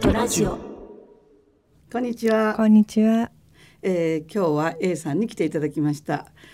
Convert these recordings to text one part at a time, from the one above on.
トラジオ。 こんにちは。 こんにちは。 今日は A さんに来ていただきました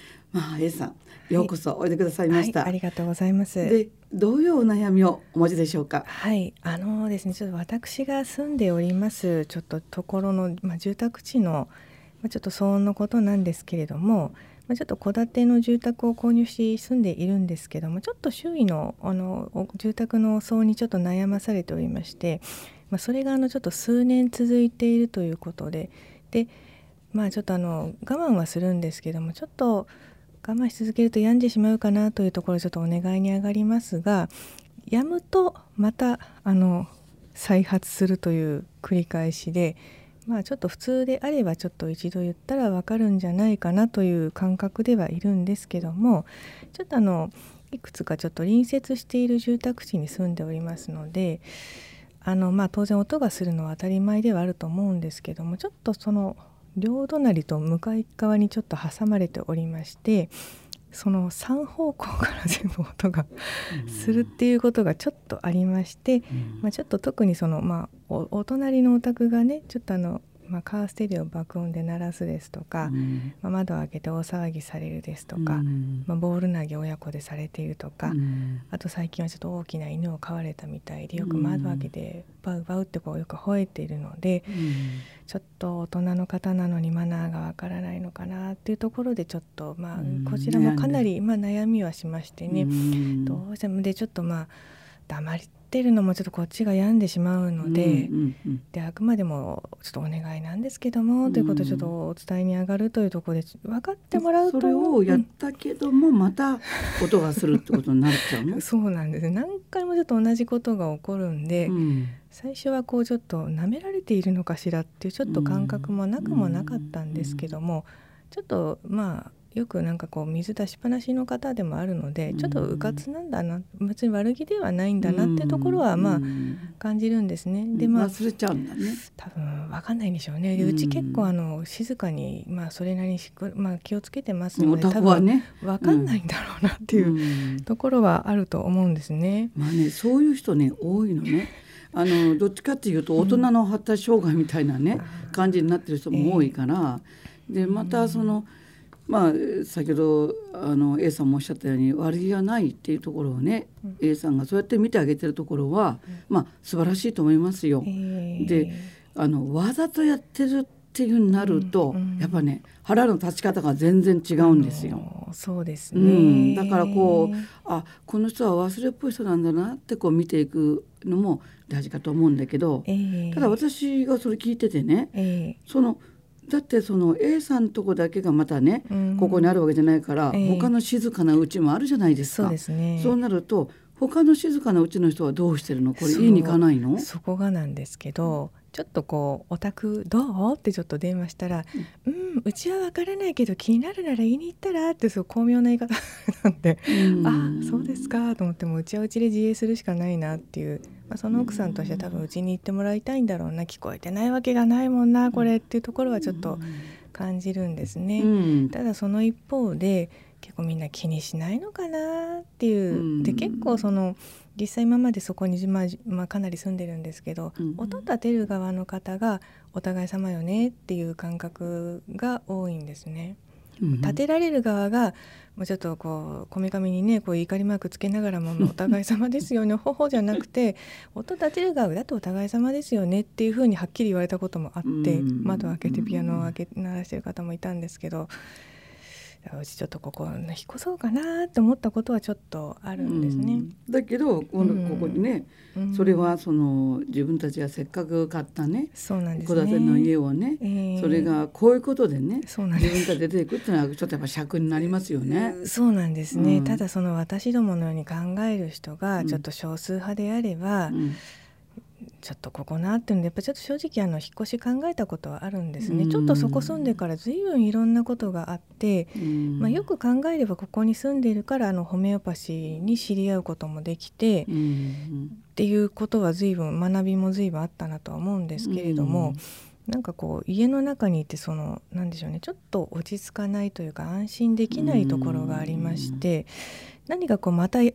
。A さん、ようこそおいでくださいました。 ありがとうございます。 で、どういうお悩みをお持ちでしょうか。 ですね、ちょっと私が住んでおりますところの、住宅地の、ちょっと騒音のことなんですけれども、ちょっと戸建ての住宅を購入し住んでいるんですけども、ちょっと周囲の住宅の騒音にちょっと悩まされておりまして、それがちょっと数年続いているということで、ちょっと我慢はするんですけども、ちょっと我慢し続けると病んでしまうかなというところ、ちょっとお願いに上がりますが、病むとまた再発するという繰り返しで、ちょっと普通であればちょっと一度言ったら分かるんじゃないかなという感覚ではいるんですけども、ちょっといくつかちょっと隣接している住宅地に住んでおりますので、当然音がするのは当たり前ではあると思うんですけども、ちょっとその両隣と向かい側にちょっと挟まれておりまして、その3方向から全部音がするっていうことがちょっとありまして、ちょっと特にお隣のお宅がね、ちょっとカーステレオを爆音で鳴らすですとか、窓を開けて大騒ぎされるですとか、ボール投げ親子でされているとか、あと最近はちょっと大きな犬を飼われたみたいで、よく窓を開けてバウバウってよく吠えているので、ちょっと大人の方なのにマナーがわからないのかなっていうところで、ちょっとこちらもかなり悩みはしましてね、どうしてもでちょっと黙ってるのもちょっとこっちが病んでしまうので、あくまでもちょっとお願いなんですけども、ということをちょっとお伝えに上がるというところで分かってもらうと、 それをやったけども、また音がするってことになっちゃうのそうなんですね。何回もちょっと同じことが起こるんで、最初はちょっと舐められているのかしらっていうちょっと感覚もなくもなかったんですけども、ちょっとよく水出しっぱなしの方でもあるので、ちょっとうかつなんだな、別に悪気ではないんだなっていうところは感じるんですね。で忘れちゃうんだね。 多分分かんないんでしょうね。でうち結構静かにそれなりに気をつけてますので、多分分かんないんだろうなっていうところはあると思うんですね。 そういう人ね多いのね。どっちかっていうと大人の発達障害みたいなね、感じになってる人も多いから、でまた先ほどA さんもおっしゃったように悪気がないっていうところをね、A さんがそうやって見てあげてるところは、素晴らしいと思いますよ。でわざとやってるっていうになると、やっぱね腹の立ち方が全然違うんですよ。 そうですね。 だからこの人は忘れっぽい人なんだなって見ていくのも大事かと思うんだけど、ただ私がそれ聞いててね、だってその A さんとこだけがまたね、ここにあるわけじゃないから、他の静かなうちもあるじゃないですか。 そうですね。 そうなると他の静かなうちの人はどうしてるの？これ言いに行かないの？ そこがなんですけど、ちょっとお宅どうってちょっと電話したら、うちは分からないけど気になるなら言いに行ったらってそう巧妙な言い方なんで、そうですかと思って、もうちはうちで自衛するしかないなっていう、その奥さんとしては多分うちに行ってもらいたいんだろうな、聞こえてないわけがないもんなこれっていうところはちょっと感じるんですね。ただその一方で結構みんな気にしないのかなっていう、で結構実際今までそこに、かなり住んでるんですけど、音立てる側の方がお互い様よねっていう感覚が多いんですね。立てられる側がもうちょっとこめかみにね怒りマークつけながらもお互い様ですよね頬じゃなくて、音立てる側だとお互い様ですよねっていうふうにはっきり言われたこともあって、窓を開けてピアノを鳴らしてる方もいたんですけど、うちちょっとここ引っ越そうかなと思ったことはちょっとあるんですね。 だけどここにね、それは自分たちがせっかく買ったね、 そうなんですね、 戸建ての家をね、それがこういうことでね、自分たちで出ていくっていうのはちょっとやっぱ尺になりますよね。 そうなんですね。ただ私どものように考える人がちょっと少数派であれば、ちょっとここなっていうので、やっぱちょっと正直引っ越し考えたことはあるんですね。ちょっとそこ住んでから随分いろんなことがあって、よく考えればここに住んでいるからホメオパシーに知り合うこともできて、っていうことは学びも随分あったなとは思うんですけれども、家の中にいてなんでしょうね、ちょっと落ち着かないというか安心できないところがありまして、何かまた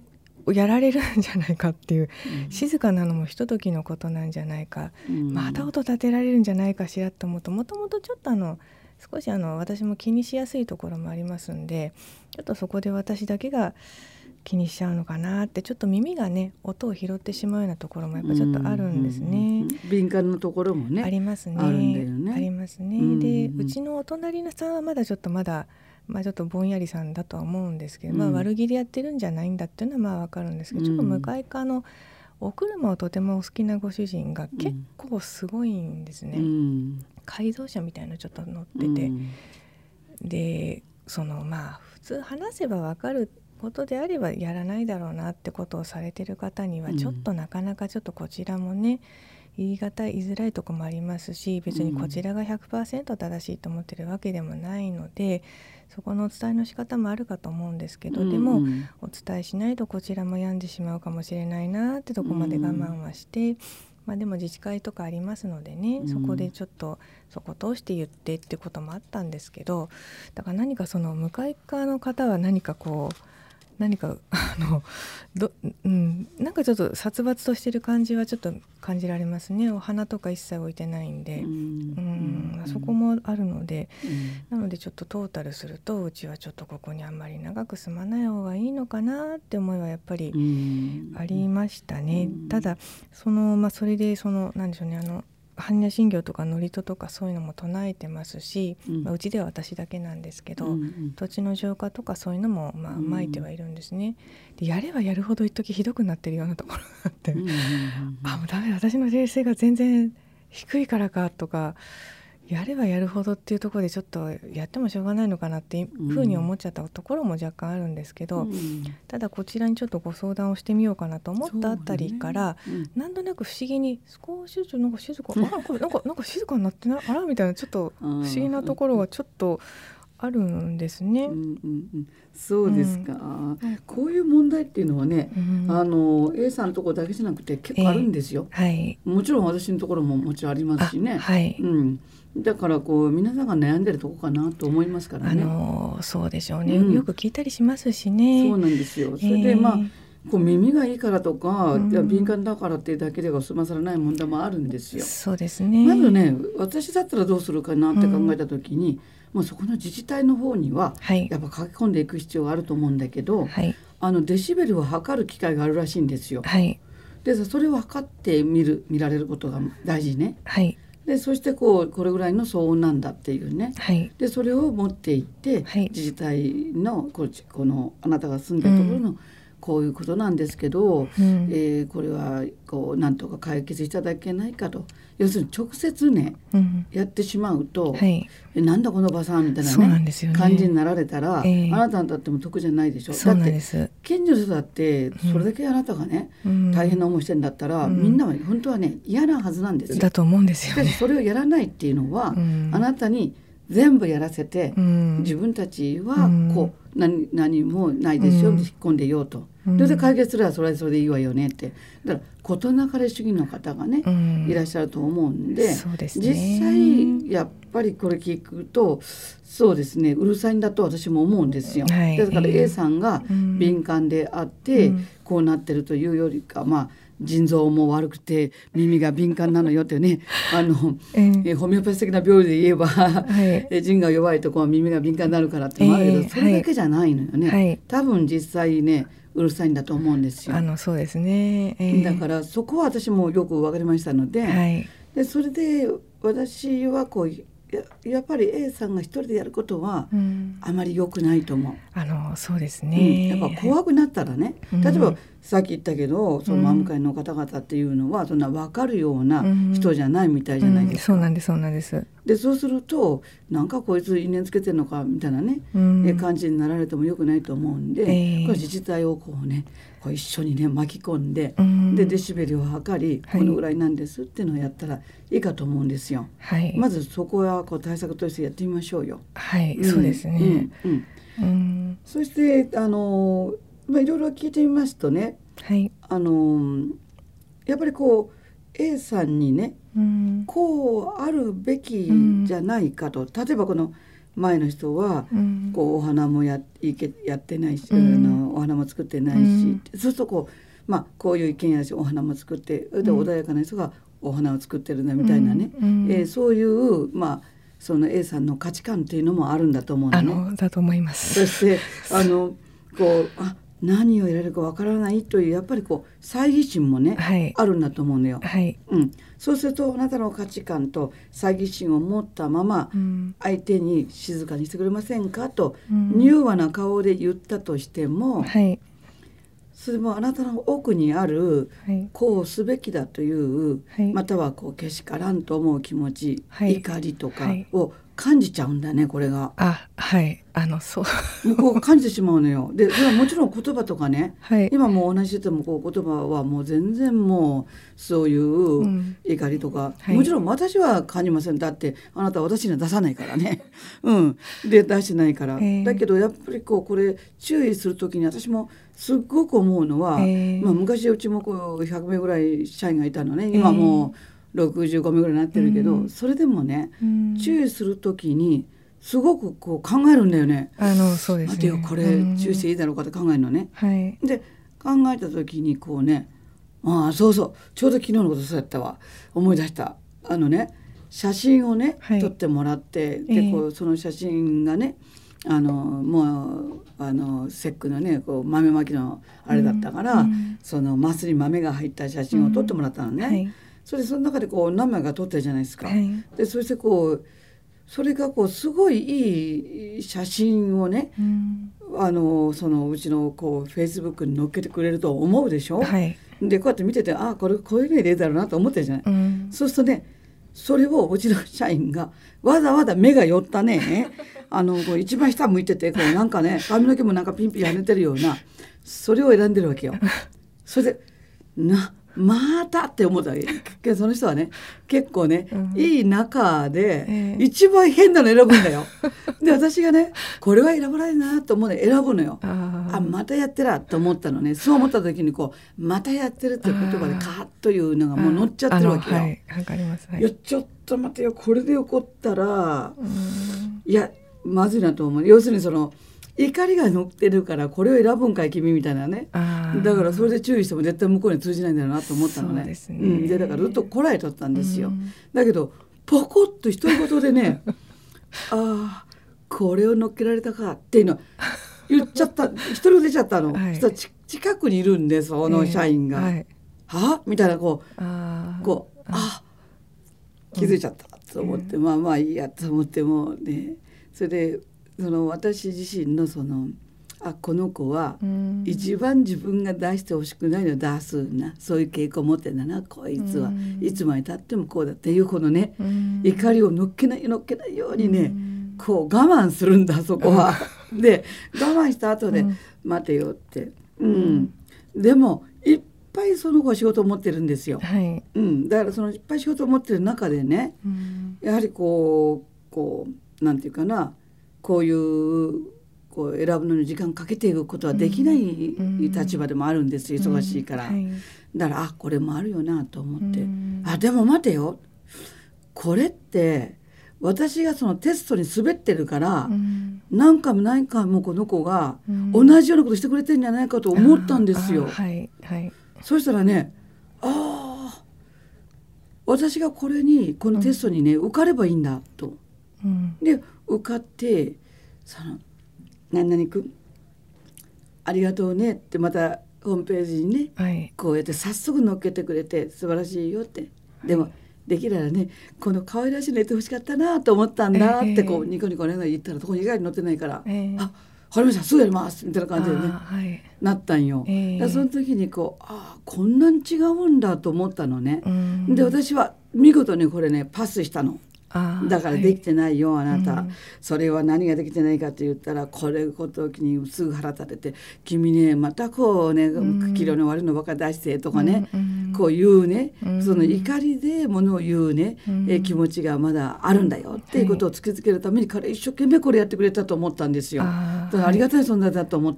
やられるんじゃないかっていう、静かなのもひとときのことなんじゃないか、また音立てられるんじゃないかしらと思うと、もともとちょっと少し私も気にしやすいところもありますんで、ちょっとそこで私だけが気にしちゃうのかなって、ちょっと耳がね音を拾ってしまうようなところもやっぱちょっとあるんですね。 敏感なところもねありますね。 あるんだよね。 ありますね。で、うちのお隣のさんはまだちょっとぼんやりさんだとは思うんですけど、悪気でやってるんじゃないんだっていうのは分かるんですけど、ちょっと向かい側のお車をとてもお好きなご主人が結構すごいんですね。改造車みたいなのちょっと乗ってて、で普通話せば分かることであればやらないだろうなってことをされてる方には、ちょっとなかなかちょっとこちらもね言いづらいとこもありますし、別にこちらが 100% 正しいと思ってるわけでもないので、そこのお伝えの仕方もあるかと思うんですけど、でもお伝えしないとこちらも病んでしまうかもしれないなってとこまで我慢はして、でも自治会とかありますのでね、そこでちょっとそこ通して言ってってこともあったんですけど、だから何かその向かい側の方は何かなんかちょっと殺伐としてる感じはちょっと感じられますね。お花とか一切置いてないんで、そこもあるので、なのでちょっとトータルすると、うちはちょっとここにあんまり長く住まない方がいいのかなって思いはやっぱりありましたね。ただそれでなんでしょうね、般若心経とか祝詞とかそういうのも唱えてますし、うちでは私だけなんですけど、土地の浄化とかそういうのも撒いてはいるんですね。でやればやるほど一時ひどくなってるようなところがあって、もうダメだ、私の冷静が全然低いからかとか、やればやるほどっていうところでちょっとやってもしょうがないのかなっていうふうに思っちゃったところも若干あるんですけど、ただこちらにちょっとご相談をしてみようかなと思ったあたりから、なんとなく不思議に少しずつなんか静かなんか静かになってないあらみたいな、ちょっと不思議なところがちょっとあるんですね。 そうですか、こういう問題っていうのはね、A さんのところだけじゃなくて結構あるんですよ。もちろん私のところももちろんありますしね。だから皆さんが悩んでるとこかなと思いますからね。 そうでしょうね、よく聞いたりしますしね。 そうなんですよ。それで耳がいいからとか、敏感だからっていうだけでは済まされない問題もあるんですよ。 そうですね。 まずね、私だったらどうするかなって考えた時に、もうそこの自治体の方にはやっぱ書き込んでいく必要があると思うんだけど、デシベルを測る機会があるらしいんですよ。でそれを測って見られることが大事ね。でそしてこれぐらいの騒音なんだっていうね、でそれを持っていって、自治体のこのあなたが住んでるところの、こういうことなんですけど、これはなんとか解決いただけないかと、要するに直接ね、やってしまうと、なんだこのおばさんみたいなね感じになられたら、あなたにとっても得じゃないでしょ。だって近所の人だってそれだけあなたがね、大変な思いしてるんだったら、みんなは本当はね嫌なはずなんですよ。 だと思うんですよね。 しかしそれをやらないっていうのは、あなたに全部やらせて、自分たちは何もないですよ、引っ込んでいようと。で解決すればそれでいいわよねって。だから事なかれ主義の方がね、いらっしゃると思うんで、実際やっぱりこれ聞くとそうですね、うるさいんだと私も思うんですよ。だから A さんが敏感であって、こうなってるというよりか、腎臓も悪くて耳が敏感なのよってね、ホメオパシ的な病理で言えば、腎が弱いとこは耳が敏感になるからってのもあるけど、それだけじゃないのよね。多分実際ねうるさいんだと思うんですよ。 そうですね。 だからそこは私もよく分かりましたので、でそれで私はやっぱり A さんが一人でやることはあまり良くないと思う。 そうですね。 やっぱ怖くなったらね、例えばさっき言ったけど、その真向かいの方々っていうのはそんな分かるような人じゃないみたいじゃないですか。 そうなんです、そうなんです。 でそうするとなんかこいつ因縁つけてるのかみたいなね、感じになられても良くないと思うんで、これ自治体を一緒にね巻き込んで、でデシベルを測り、このぐらいなんですっていうのをやったらいいかと思うんですよ。まずそこは対策としてやってみましょうよ。 そうですね。 そしていろいろ聞いてみますとね、やっぱりA さんにね、こうあるべきじゃないかと、例えばこの前の人はこうお花もやってないし、お花も作ってないし、そうするとこう、こういう意見やしお花も作ってで穏やかな人がお花を作ってるんだみたいなね、そういう、その A さんの価値観っていうのもあるんだと思うのね。 だと思います。 そしてこう何を入れるかわからないというやっぱりこう猜疑心もね、あるんだと思うのよ。そうするとあなたの価値観と猜疑心を持ったまま、相手に静かにしてくれませんかと、柔和な顔で言ったとしても、それもあなたの奥にある、こうすべきだという、またはこうけしからんと思う気持ち、怒りとかを感じちゃうんだね、これが。そうこう感じてしまうのよ。でそれはもちろん言葉とかね、今もう同じしててもこう言葉はもう全然もうそういう怒りとか、もちろん私は感じません。だってあなたは私には出さないからねで出してないから、だけどやっぱりこれ注意するときに私もすっごく思うのは、昔うちもこう100名ぐらい社員がいたのね。今もう65名ぐらいになってるけど、それでもね、注意するときにすごくこう考えるんだよね。 そうですね。 待てよ、これ注意していいだろうかって考えるのね。で考えた時にこうね、そうそう、ちょうど昨日のことそうやったわ、思い出した。写真をね、撮ってもらって、でこうその写真がね、もう節句のねこう豆まきのあれだったから、そのマスに豆が入った写真を撮ってもらったのね。それでその中でこう何枚か撮ってるじゃないですか。でそしてこうそれがこうすごいいい写真をね、そのうちのこうフェイスブックに載っけてくれると思うでしょ。でこうやって見ててこういうの入れたらなと思ってるじゃない。そうするとね、それをうちの社員がわざわざ目が寄ったねこう一番下向いててこうなんかね髪の毛もなんかピンピン跳ねてるようなそれを選んでるわけよ。それでまたって思ったわけ。その人はね結構ね、いい中で一番変なの選ぶんだよ。で私がねこれは選ばないなと思うの選ぶのよ。またやってらと思ったのね。そう思った時にこうまたやってるっていう言葉でカーッというのがもう乗っちゃってるわけよ。 わかります。 いやちょっと待てよ、これで怒ったらいやまずいなと思う。要するにその怒りが乗ってるからこれを選ぶんかい君みたいなね。だからそれで注意しても絶対向こうに通じないんだろうなと思ったのね。でだからずっとこらえとったんですよ。だけどポコッと独り言でねこれを乗っけられたかっていうの言っちゃった。独り言出ちゃったの。そしたら近くにいるんでその社員が、はみたいなこう気づいちゃったと思って、まあいいやと思ってもね、それでその私自身のそのこの子は一番自分が出してほしくないのを出すな、そういう傾向を持ってんだなこいつはいつまでたってもこうだっていうこのね怒りを乗っけないようにねこう我慢するんだそこは。で我慢した後で待てよって、でもいっぱいその子は仕事を持ってるんですよ。だからそのいっぱい仕事を持ってる中でね、やはりこうなんていうかな、こういうこう選ぶのに時間かけていくことはできない立場でもあるんですよ、忙しいから。だからこれもあるよなと思って、でも待てよ、これって私がそのテストに滑ってるから、何回もこの子が同じようなことしてくれてるんじゃないかと思ったんですよ。そうしたらね、私がこのテストにね、受かればいいんだと。で受かってその何々くんありがとうねってまたホームページにね、こうやって早速載っけてくれて素晴らしいよって、でもできればねこの可愛らしいの入れてほしかったなと思ったんだってこうニコニコね言ったら、そこに意外に載ってないから、分かりましたすぐやりますみたいな感じでね、なったんよ。その時にこんなに違うんだと思ったのね。で私は見事にこれねパスしたの。だからできてないよ、あなた、それは何ができてないかって言ったら、これごときにすぐ腹立てて、君ねまたこうね器量の悪いのばっかり出してとかね、こう言うね、その怒りでものを言うね、気持ちがまだあるんだよっていうことを突きつけるために彼一生懸命これやってくれたと思ったんですよ。だからありがたい存在だと思った。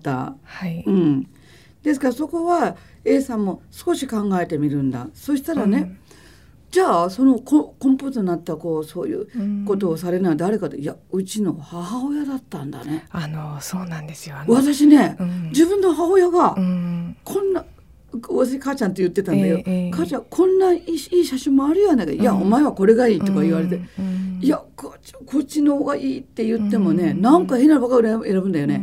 ですからそこは A さんも少し考えてみるんだ。そしたらね、 じゃあその根本となったそういうことをされるのは誰かで、いやうちの母親だったんだね。 そうなんですよ。 私ね、自分の母親がこんな、私母ちゃんって言ってたんだよ、母ちゃんこんないい写真もあるやないか、いやお前はこれがいいとか言われて、いやこっちの方がいいって言ってもね、なんか変なばかり選ぶんだよね。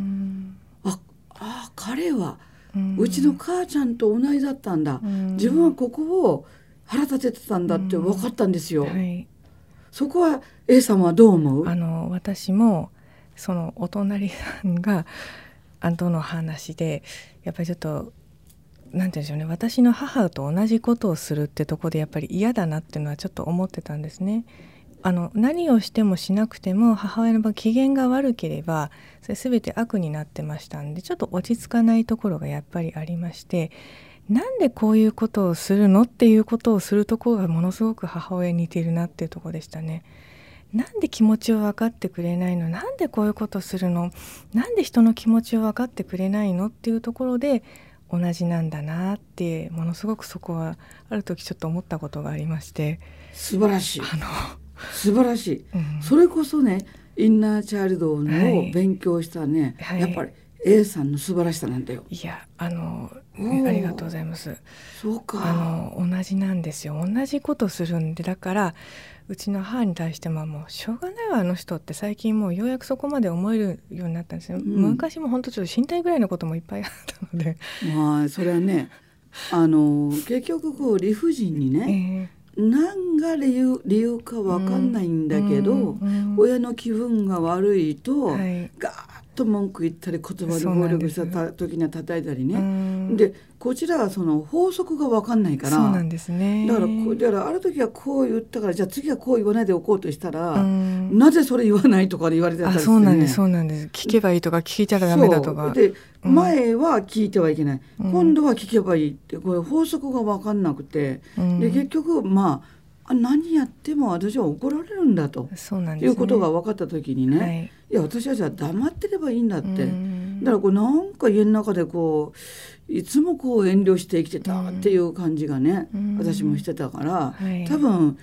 彼はうちの母ちゃんと同じだったんだ、自分はここを腹立ててたんだって分かったんですよ、はい、そこは A さんはどう思う？ 私もそのお隣さんがとの話でやっぱりちょっとなんて言うんでしょうね、私の母と同じことをするってとこでやっぱり嫌だなっていうのはちょっと思ってたんですね。何をしてもしなくても母親の場合機嫌が悪ければそれ全て悪になってましたんで、ちょっと落ち着かないところがやっぱりありまして、なんでこういうことをするのっていうことをするところがものすごく母親に似てるなっていうところでしたね。なんで気持ちを分かってくれないの、なんでこういうことをするの、なんで人の気持ちを分かってくれないのっていうところで同じなんだなってものすごくそこはある時ちょっと思ったことがありまして。 素晴らしい素晴らしい、それこそねインナーチャイルドを勉強したね、はい、やっぱり A さんの素晴らしさなんだよ。 いやありがとうございます。 そうか、 同じなんですよ。同じことするんで、だからうちの母に対してももうしょうがないわあの人って最近もうようやくそこまで思えるようになったんですよ、昔も本当ちょっと死にたいぐらいのこともいっぱいあったので、 まあそれはね結局理不尽にね、何が理由か分かんないんだけど、親の気分が悪いと、ガーッと文句言ったり言葉で暴力した時には叩いたりね、でこちらはその法則が分かんないから、 そうなんですね。 だからある時はこう言ったからじゃあ次はこう言わないでおこうとしたら、なぜそれ言わないとか言われてたりしてね。 そうなんですそうなんです。聞けばいいとか聞いたらダメだとかで、前は聞いてはいけない、今度は聞けばいいってこれ法則が分かんなくて、で結局何やっても私は怒られるんだと、いうことが分かった時にね、いや私はじゃあ黙ってればいいんだって、だからなんか家の中でいつも遠慮して生きてたっていう感じがね、私もしてたから、多分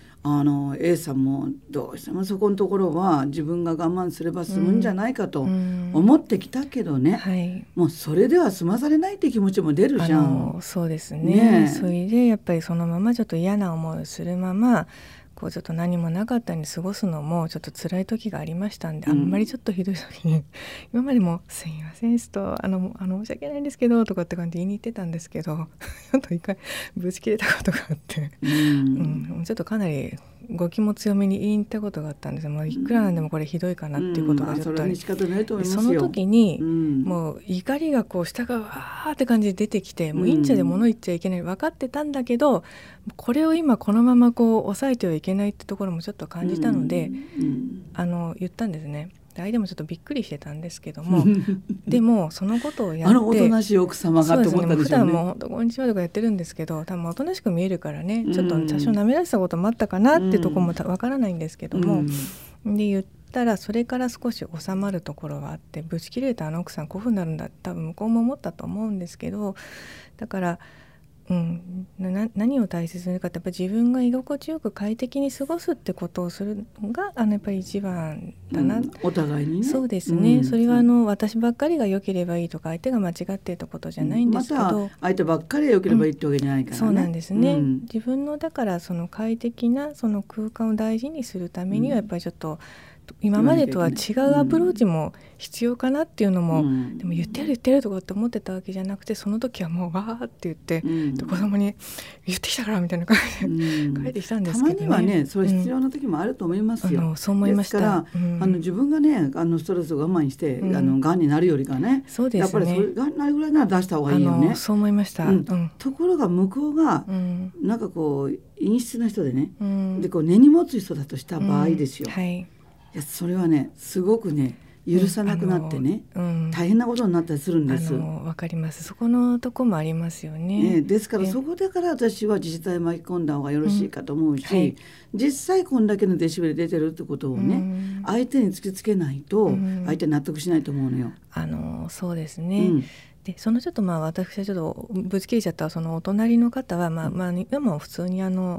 A さんもどうしてもそこのところは自分が我慢すれば済むんじゃないかと思ってきたけどね、もうそれでは済まされないって気持ちも出るじゃん。 そうですね。それでやっぱりそのままちょっと嫌な思いをするままちょっと何もなかったように過ごすのもちょっと辛い時がありましたんで、あんまりちょっとひどい時に今までも「すいませんちょっと申し訳ないんですけど」とかって感じで言いに行ってたんですけどちょっと一回ぶち切れたことがあって、ちょっとかなり語気も強めに言いに行ったことがあったんですよ。もういくらなんでもこれひどいかなっていうことがちょっとあり、その時にもう怒りが下がわーって感じで出てきて、もうインチャで物言っちゃいけない分かってたんだけど、これを今このまま抑えてはいけないってところもちょっと感じたので、言ったんですね。相手もちょっとびっくりしてたんですけどもでもそのことをやっておとなしい奥様がと思ったでしょうね。 普段も本当こんにちはとかやってるんですけど、多分おとなしく見えるからね、ちょっと多少舐められたこともあったかなってとこもわからないんですけども、で言ったらそれから少し収まるところがあって、ぶち切れた奥さんこういうふうになるんだって多分向こうも思ったと思うんですけど、だから何を大切にするかってやっぱり自分が居心地よく快適に過ごすってことをするのがやっぱり一番だな、 お互いにね。 そうですね、それは私ばっかりが良ければいいとか相手が間違っていることじゃないんですけど、 また相手ばっかりが良ければいいってわけじゃないからね、 そうなんですね、自分のだからその快適なその空間を大事にするためにはやっぱりちょっと今までとは違うアプローチも必要かなっていうのも、でも言ってるとかって思ってたわけじゃなくて、その時はもうわーって言って、子供に言ってきたからみたいな感じで帰ってきたんですけどね。 たまにはねそれ必要な時もあると思いますよ、 そう思いました。 ですから、自分がねストレスを我慢して、がんになるよりかね、 そうですね、 やっぱりそれがんになるぐらいなら出した方がいいよね。 そう思いました、 ところが向こうが、なんか陰湿な人でね、で根に持つ人だとした場合ですよ、いやそれはねすごくね許さなくなってね、大変なことになったりするんです。 わかります。そこのとこもありますよね。 ですからそこだから私は自治体巻き込んだ方がよろしいかと思うし、実際こんだけのデシベル出てるってことをね、相手に突きつけないと相手納得しないと思うのよ。 そうですね、でそのちょっと私はちょっとぶつ切れちゃったそのお隣の方は今も普通に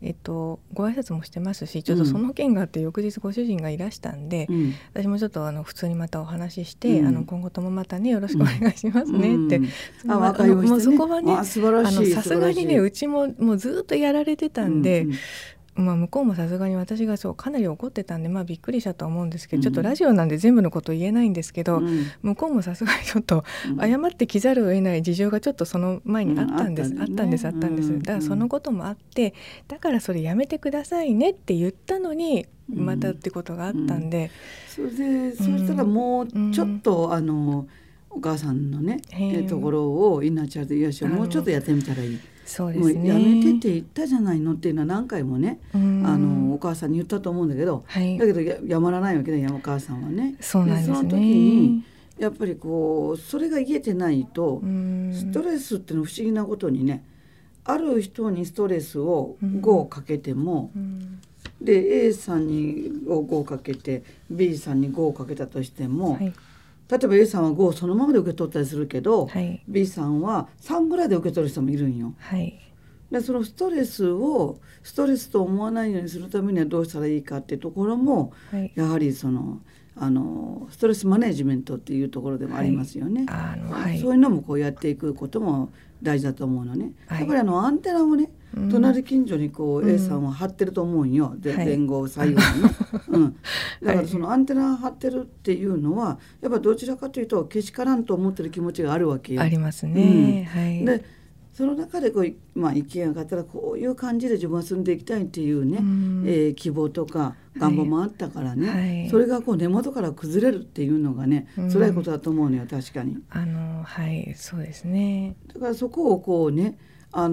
ご挨拶もしてますし、ちょっとその件があって翌日ご主人がいらしたんで、私もちょっと普通にまたお話しして、今後ともまたねよろしくお願いしますねって、もうそこはねさすがにねうちもうずっとやられてたんで、向こうもさすがに私がかなり怒ってたんで、びっくりしたと思うんですけど、ちょっとラジオなんで全部のこと言えないんですけど、向こうもさすがにちょっと謝ってきざるを得ない事情がちょっとその前にあったんです、だからそのこともあって、だからそれやめてくださいねって言ったのにまたってことがあったんで、 そしたらもうちょっとお母さんのねところをインナーチャイルド癒しをもうちょっとやってみたらいい。 そうですね、 もうやめてって言ったじゃないのっていうのは何回もねお母さんに言ったと思うんだけど、だけどやまらないわけだよお母さんはね。 そうなんですね。 その時にやっぱりそれが言えてないとストレスっていうのは不思議なことにね、ある人にストレスを5かけても、で A さんに5かけて B さんに5かけたとしても、例えば A さんは5をそのままで受け取ったりするけど、B さんは3ぐらいで受け取る人もいるんよ。でそのストレスをストレスと思わないようにするためにはどうしたらいいかっていうところも、やはりストレスマネジメントっていうところでもありますよね。そういうのもやっていくことも大事だと思うのね。やっぱりアンテナをね、隣近所にA さんは張ってると思うんよ、前後左右にね、だからそのアンテナ張ってるっていうのはやっぱどちらかというとけしからんと思ってる気持ちがあるわけよ。 ありますね。 でその中で意見があったらこういう感じで自分は住んでいきたいっていうね、希望とか願望もあったからね、それが根元から崩れるっていうのがね、辛いことだと思うのよ、確かに。 そうですね。 だからそこをねあ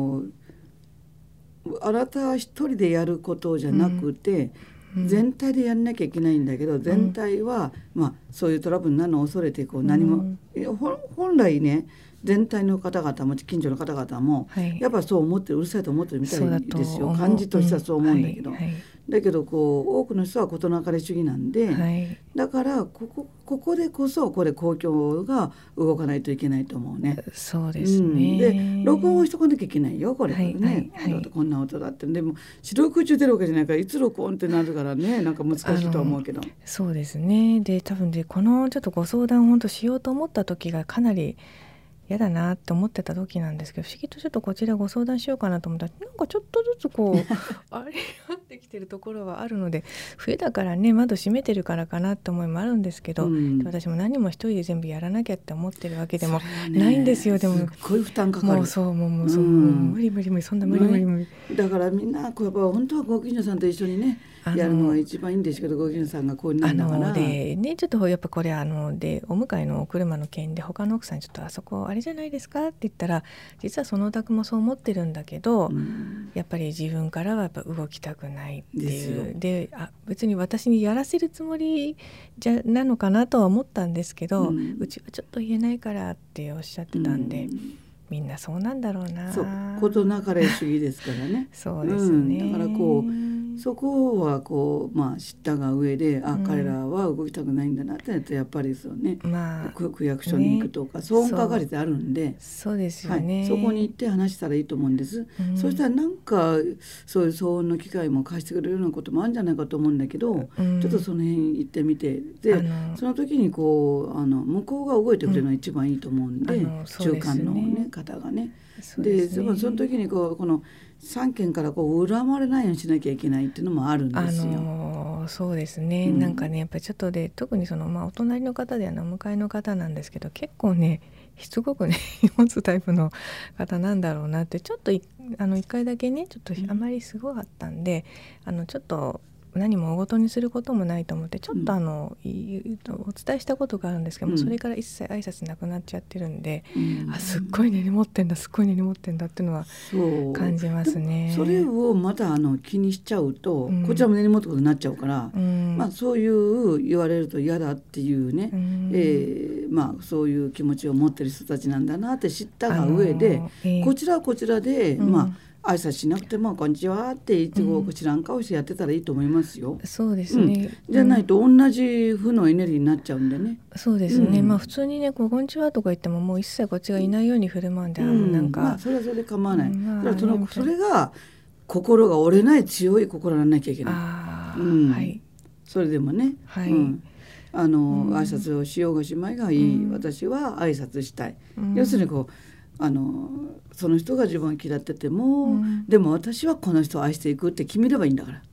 なたは一人でやることじゃなくて、全体でやんなきゃいけないんだけど、全体は、そういうトラブルになるのを恐れて何も、本来ね全体の方々も近所の方々も、やっぱそう思ってる、うるさいと思ってるみたいですよ。感じとしてはそう思うんだけど、だけど多くの人は事なかれ主義なんで、だからここでこそ公共が動かないといけないと思うね。 そうですね。 で録音をしとかなきゃいけないよこれね、こんな音だって。でも四六中出るわけじゃないからいつ録音ってなるからね、なんか難しいとは思うけど。 そうですね。で多分このちょっとご相談を本当しようと思った時がかなり嫌だなって思ってた時なんですけど、不思議とちょっとこちらご相談しようかなと思ったら、なんかちょっとずつあれになってきてるところはあるので、冬だからね窓閉めてるからかなって思いもあるんですけど、私も何も一人で全部やらなきゃって思ってるわけでもないんですよ。でもすっごい負担かかる。 もう無理そんな無理だからみんなやっぱ本当はご近所さんと一緒にねやるのが一番いいんですけど、ご近所さんがこうになるのかな。 でね、ちょっとやっぱこれでお迎えのお車の件で他の奥さんにちょっとあそこあれじゃないですかって言ったら、実はそのお宅もそう思ってるんだけど、やっぱり自分からはやっぱ動きたくないっていうで、別に私にやらせるつもりなのかなとは思ったんですけど、うちはちょっと言えないからっておっしゃってたんで、みんなそうなんだろうな。 事なかれ主義ですからね。 そうですね。 だからそこは知ったが上で、彼らは動きたくないんだなってなってやっぱりそうね、区役所に行くとか騒音係ってあるんで、 そうですよね、 そこに行って話したらいいと思うんです。そしたらなんかそういう騒音の機会も貸してくれるようなこともあるんじゃないかと思うんだけど、ちょっとその辺行ってみて、でその時に向こうが動いてくれるのが一番いいと思うんで、中間の、方がね。でその時にこの3件から恨まれないようにしなきゃいけないっていうのもあるんですよ。 そうですね、なんかねやっぱりちょっとで特にお隣の方でお迎えの方なんですけど、結構ねしつこくね持つタイプの方なんだろうなって、ちょっと1回だけねちょっとあまりすごかったんで、ちょっと何も大ごとにすることもないと思ってちょっとお伝えしたことがあるんですけども、それから一切挨拶なくなっちゃってるんで、すっごい根に持ってんだっていうのは感じますね。 それをまた気にしちゃうと、こちらも根に持つことになっちゃうから、そういう言われると嫌だっていうね、そういう気持ちを持ってる人たちなんだなって知ったが上で、こちらはこちらで挨拶しなくてもこんにちはっていつも知らん顔してやってたらいいと思いますよ。 そうですね、 じゃないと同じ負のエネルギーになっちゃうんでね。 そうですね、普通にねこんにちはとか言ってももう一切こっちがいないように振る舞うんで、なんかそれはそれで構わない。それが心が折れない強い心にならなきゃいけない。 はい、 それでもね、 はい、 挨拶をしようがしまいがいい、私は挨拶したい、要するにこうその人が自分を嫌ってても、でも私はこの人を愛していくって決めればいいんだから。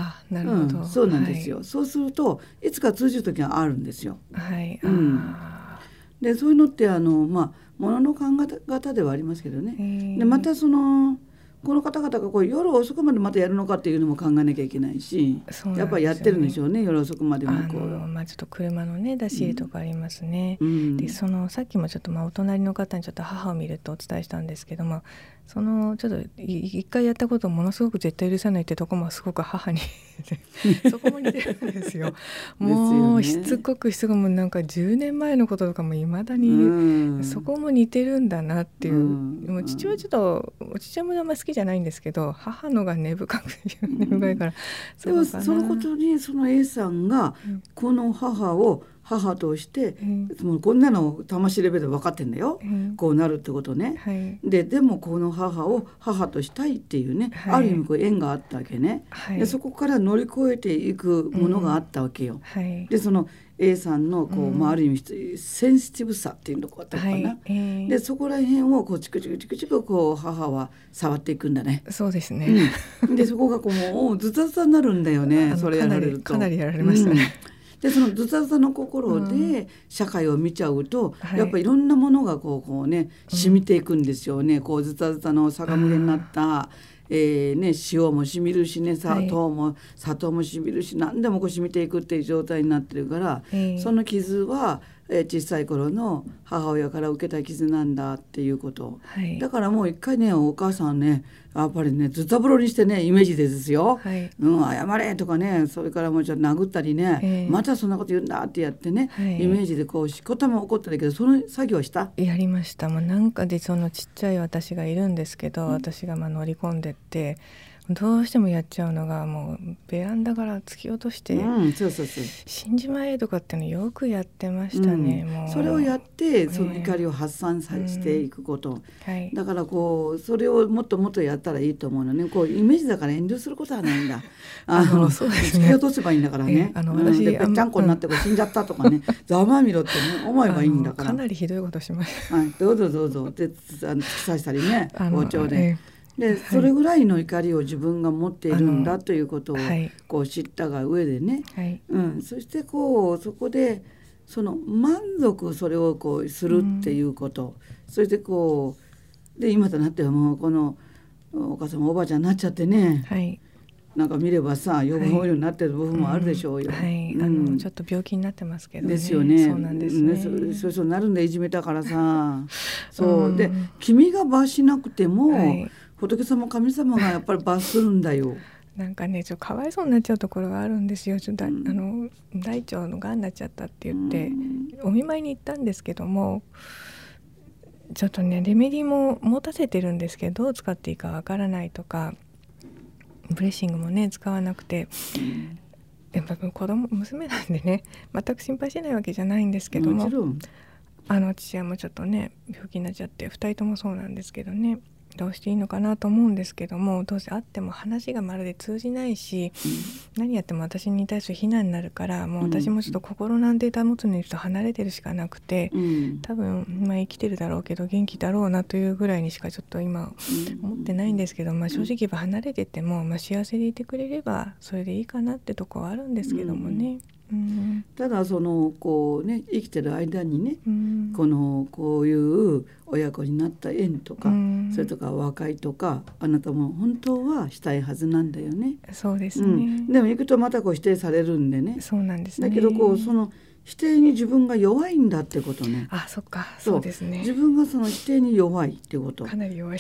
なるほど、 そうなんですよ、そうするといつか通じる時があるんですよ。でそういうのってものの考え方ではありますけどね。でまたこの方々がこう夜遅くまでまたやるのかっていうのも考えなきゃいけないし、やっぱりやってるんでしょうね、夜遅くまでもこうちょっと車のね出し入れとかありますね。でさっきもちょっとお隣の方にちょっと母を見るとお伝えしたんですけども、ちょっと一回やったことをものすごく絶対許さないってとこもすごく母にそこも似てるんですよ。もうしつこくなんか10年前のこととかもいまだにそこも似てるんだなっていう。もう父親もあんま好きじゃないんですけど、母のが根深いからでもそのことにその A さんがこの母を母として、もうこんなの魂レベルで分かってんだよ、こうなるってことね、でもこの母を母としたいっていうね、ある意味こう縁があったわけね、でそこから乗り越えていくものがあったわけよ、でその A さんのこう、ある意味センシティブさっていうのがあったのかな、でそこら辺をこうチクチクこう母は触っていくんだね。 そうですね、 でそこがこうもうズタズタになるんだよね、それやられるとかなりやられましたね、 でそのズタズタの心で社会を見ちゃうと、やっぱりいろんなものがこうね染みていくんですよね、こうズタズタの酒蒸れになった塩も染みるしね、砂糖も染みるし、何でもこう染みていくっていう状態になってるから、その傷は小さい頃の母親から受けた傷なんだっていうこと、だからもう一回ねお母さんねやっぱりねズタボロにしてね、イメージでですよ、謝れとかね、それからもうちょっと殴ったりね、またそんなこと言うんだってやってね、イメージでこうしこたま怒ったんだけど、その作業はやりました。もうなんかでそのちっちゃい私がいるんですけど、私が乗り込んでってどうしてもやっちゃうのが、もうベランダから突き落として、死んじまえとかってのよくやってましたね、もうそれをやってその怒りを発散していくこと、だからこうそれをもっともっとやったらいいと思うのね。こうイメージだから遠慮することはないんだ。 そうですね、 突き落とせばいいんだからね。私ぺっちゃんこになって死んじゃったとかねざまみろってね思えばいいんだから。 かなりひどいことしました。 どうぞで突き刺したりね、包丁で。でそれぐらいの怒りを自分が持っているんだということをこう知ったが上でね、そしてこうそこでその満足それをこうするっていうこと、そしてこうで今となってはもうこのお母さんもおばあちゃんになっちゃってね、なんか見ればさ呼ぶようになってる部分もあるでしょうよ、 ちょっと病気になってますけどね。 ですよね。 そうなんですね。 そうなるんでいじめたからさそうで君が罰しなくても、仏様神様がやっぱり罰するんだよ。 なんかねかわいそうになっちゃうところがあるんですよ。大腸のがんになっちゃったって言って、お見舞いに行ったんですけども、ちょっとねレメディも持たせてるんですけど、どう使っていいかわからないとか、ブレッシングもね使わなくて、やっぱ娘なんでね全く心配してないわけじゃないんですけども、父親もちょっとね病気になっちゃって、2人ともそうなんですけどね、どうしていいのかなと思うんですけども、どうせ会っても話がまるで通じないし、何やっても私に対する非難になるから、もう私もちょっと心の安定保つのにちょっと離れてるしかなくて、多分生きてるだろうけど元気だろうなというぐらいにしかちょっと今思ってないんですけど、正直言えば離れてても、幸せでいてくれればそれでいいかなってとこはあるんですけどもね。 ただこうね生きてる間にね、こういう親子になった縁とか、それとか和解とかあなたも本当はしたいはずなんだよね。 そうですね、 でも行くとまた否定されるんでね。 そうなんですね。 だけどその否定に自分が弱いんだってことね。 そっか、そうですね。 自分がその否定に弱いってこと。 かなり弱いです。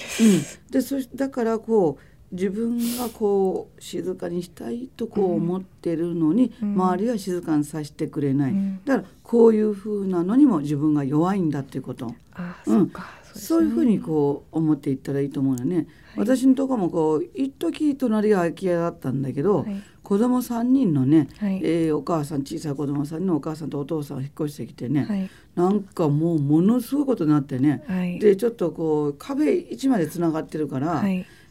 だから自分が静かにしたいと思ってるのに、周りは静かにさせてくれない、だからこういう風なのにも自分が弱いんだっていうこと、そういう風に思っていったらいいと思うのね。私のとこも一時隣が空き家だったんだけど、子供3人のね、お母さん小さい子供3人のお母さんとお父さんが引っ越してきてね、なんかもうものすごいことになってね、でちょっと壁1までつながってるから、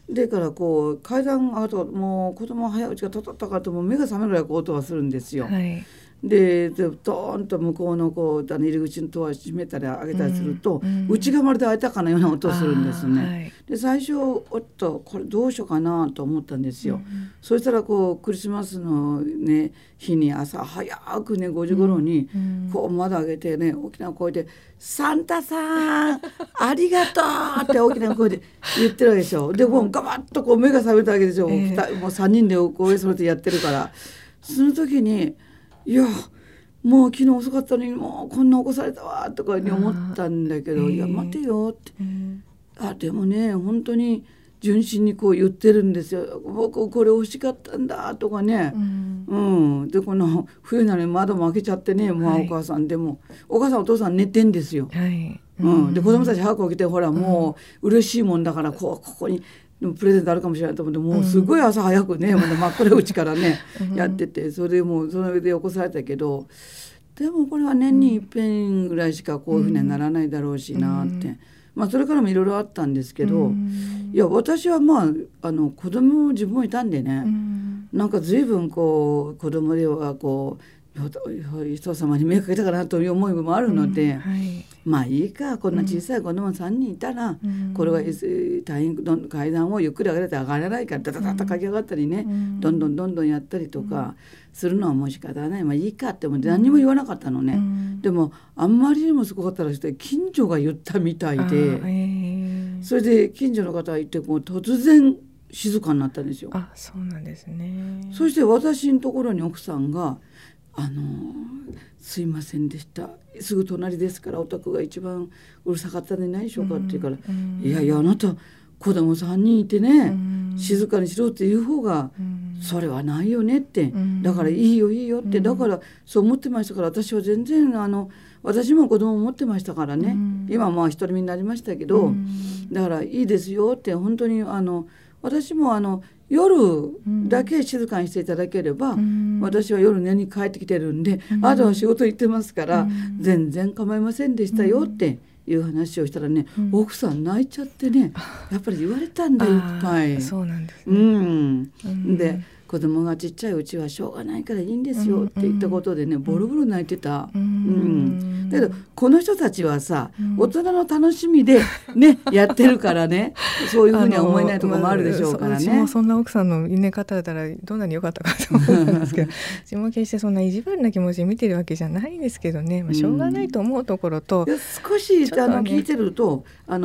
でからこう階段上がるともう子供早いうちがトトッとかともう目が覚めるぐらいこう音がするんですよ。 はい、 でドーンと向こうのこう入り口のドア閉めたり開けたりすると、内がまるで開いたかのような音をするんですね。 はい、 で最初おっとこれどうしようかなと思ったんですよ。そしたらこうクリスマスの、ね、日に朝早くね5時頃にこう窓開けてね大きな声で「サンタさんありがとう!」って大きな声で言ってるわけでしょ。でもうガバッとこう目が覚めたわけですよ。もう3人でこうそれでやってるから。その時にいやもう昨日遅かったのにもうこんな起こされたわとかに思ったんだけど、いや待てよって、でもね本当に純真にこう言ってるんですよ。僕これ欲しかったんだとかね、でこの冬なのに窓も開けちゃってね、もうお母さんでもお母さんお父さん寝てんですよ。で子供たち早く起きてほらもう嬉しいもんだからここにプレゼントあるかもしれないと思ってもうすごい朝早くね、まだ真っ暗いうちからねやってて、それでもうそれで起こされたけど、でもこれは年に一遍ぐらいしかこういうふうにはならないだろうしなって、それからもいろいろあったんですけど、いや私は子供自分もいたんでね、なんか随分こう子供ではこう人様に迷惑かけたかなという思いもあるので、まあいいかこんな小さい子供3人いたら、これは大変階段をゆっくり上がれて上がれないからダダダダ駆け上がったりね、どんどんやったりとかするのはもう仕方ない、いいかって思って何にも言わなかったのね。でもあんまりにもすごかったらして近所が言ったみたいで、それで近所の方がいてこう突然静かになったんですよ。 そうなんですね。 そして私のところに奥さんがすいませんでした、すぐ隣ですからお宅が一番うるさかったんじゃないでしょうかって言うから、いやいやあなた子供3人いてね、静かにしろっていう方が、それはないよねって、だからいいよって、だからそう思ってましたから、私は全然私も子供持ってましたからね、今は一人身になりましたけど、だからいいですよって本当に私も夜だけ静かにしていただければ、私は夜寝に帰ってきてるんで、あとは仕事行ってますから、全然構いませんでしたよっていう話をしたらね、奥さん泣いちゃってね、やっぱり言われたんだよいっぱい。 そうなんですね。 で子供がちっちゃいうちはしょうがないからいいんですよって言ったことでね、ボロボロ泣いてた。だけどこの人たちはさ、大人の楽しみでねやってるからね、そういうふうには思えないところもあるでしょうからね。 うちもそんな奥さんの寝方だったらどんなに良かったかと思うんですけどうちも決してそんな意地悪な気持ちで見てるわけじゃないですけどね、しょうがないと思うところと、 少し聞いてると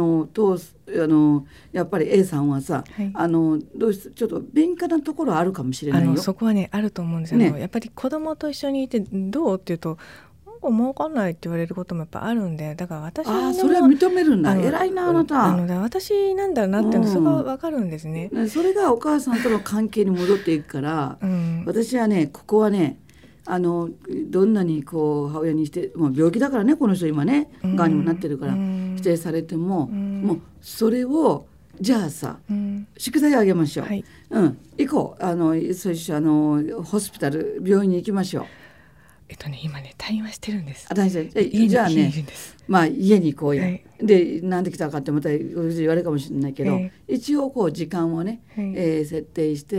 やっぱり A さんはさ、どうしてちょっと敏感なところあるかもしれないよ。 そこはねあると思うんですよ、やっぱり子供と一緒にいてどうっていうと儲かんないって言われることもやっぱあるんで、だから私はそれは認めるんだ。偉いなあなた。 私なんだなっていうのそれが分かるんですね。 それがお母さんとの関係に戻っていくから、私はねここはねどんなにこう母親にしてもう病気だからね、この人今ねがんにもなってるから、否定されても、もうそれをじゃあさ、宿題あげましょう、行こうそういうホスピタル病院に行きましょう。 今ね退院はしてるんです。 じゃあね、家に行こうよ、でなんで来たかってまた言われるかもしれないけど、一応こう時間をね、設定して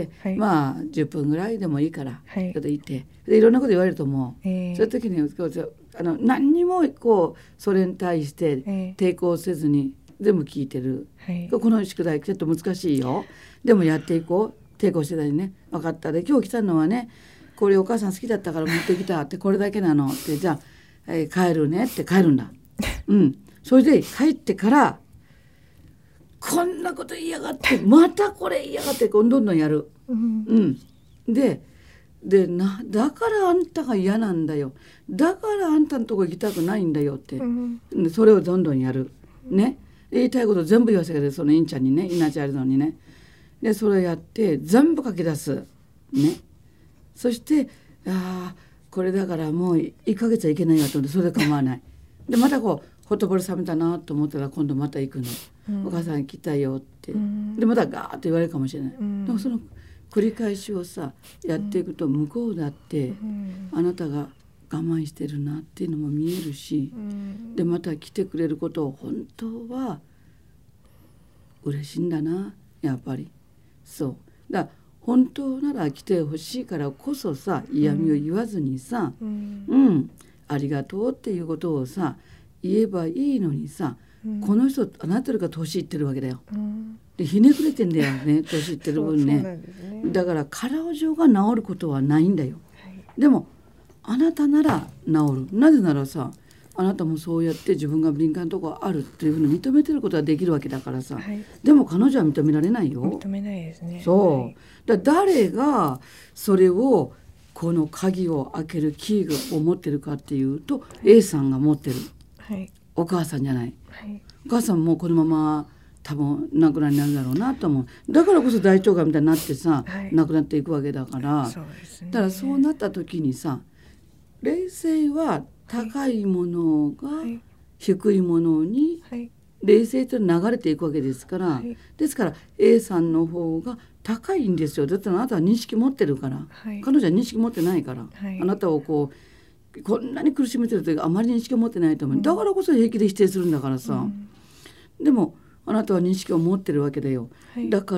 、10分ぐらいでもいいからちょっと行って、でいろんなこと言われると思う、そういう時に何にもこうそれに対して抵抗せずに全部聞いてる、この宿題ちょっと難しいよ、でもやっていこう、抵抗してたりね、分かったで今日来たのはねこれお母さん好きだったから持ってきたってこれだけなのって、じゃあ、帰るねって帰るんだそれで帰ってからこんなこと言いやがってまたこれ言いやがってどんどんやる、でだからあんたが嫌なんだよ、だからあんたのとこ行きたくないんだよって、それをどんどんやるね、言いたいこと全部言わせてそのインちゃんにね、イナチャルドにね、でそれをやって全部書き出すね。そしてこれだからもう1ヶ月はいけないよと思って、それで構わないでまたこうほとぼり冷めたなと思ったら今度また行くの、お母さん来たよって、でまたガーッと言われるかもしれない、でもその繰り返しをさやっていくと向こうだって、あなたが我慢してるなっていうのも見えるし、でまた来てくれることを本当は嬉しいんだな、 やっぱりそうだから本当なら来てほしいからこそさ嫌味を言わずにさ、ありがとうっていうことをさ言えばいいのにさ、この人あなたよりか年いってるわけだよ、でひねくれてんだよね年いってる分ねだから体上が治ることはないんだよ、でもあなたなら治る。なぜならさあなたもそうやって自分が敏感なところあるっていうふうに認めてることはできるわけだからさ、でも彼女は認められないよ。 認めないですね。 そう、だ誰がそれをこの鍵を開けるキーを持ってるかっていうと、A さんが持ってる、お母さんじゃない、お母さんもこのまま多分亡くなりになるだろうなと思う。だからこそ大腸がんみたいになってさ、亡くなっていくわけだから、そうですね、だからそうなった時にさ冷静は高いものが低いものに冷静と流れていくわけですから、ですから A さんの方が高いんですよ。だってあなたは認識持ってるから、彼女は認識持ってないから、あなたをこんなに苦しめてるというかあまり認識を持ってないと思う、だからこそ平気で否定するんだからさ、でもあなたは認識を持ってるわけだよ、だから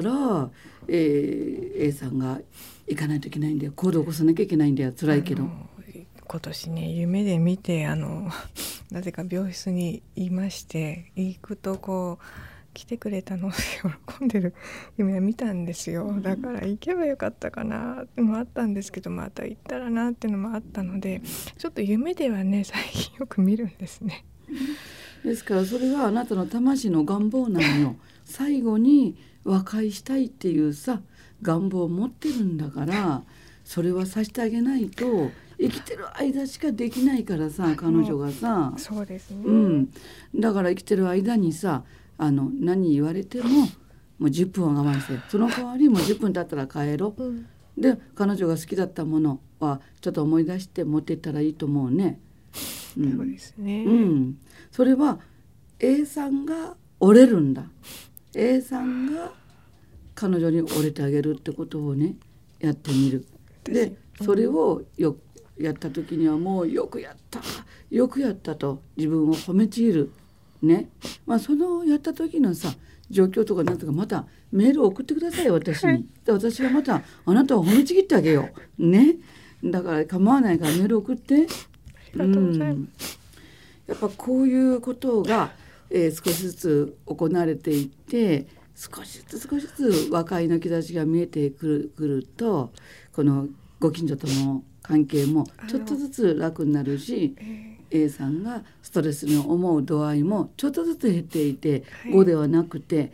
、A さんが行かないといけないんだよ。行動を起こさなきゃいけないんだよ。辛いけど今年ね夢で見てなぜか病室にいまして、行くと来てくれたので喜んでる夢を見たんですよ。だから行けばよかったかなってのもあったんですけど、また行ったらなっていうのもあったので、ちょっと夢ではね最近よく見るんですね。 ですからそれはあなたの魂の願望なのよ。最後に和解したいっていうさ願望を持ってるんだから、それはさせてあげないと生きてる間しかできないからさ、彼女がさ、 そうですね、 だから生きてる間にさ何言われてももう10分は我慢して、その代わりもう10分経ったら帰ろう、で彼女が好きだったものはちょっと思い出して持っていったらいいと思うね。 そうですね、 それは A さんが折れるんだ。 A さんが彼女に折れてあげるってことをねやってみる。でそれをやった時にはもうよくやったよくやったと自分を褒めちぎるね。そのやった時のさ状況とかなんとかまたメールを送ってください私に、で私はまたあなたを褒めちぎってあげようね。だから構わないからメール送って。 ありがとうございます。 やっぱこういうことが、少しずつ行われていって少しずつ和解の兆しが見えてくると、このご近所との関係もちょっとずつ楽になるし、A さんがストレスに思う度合いもちょっとずつ減っていて、5ではなくて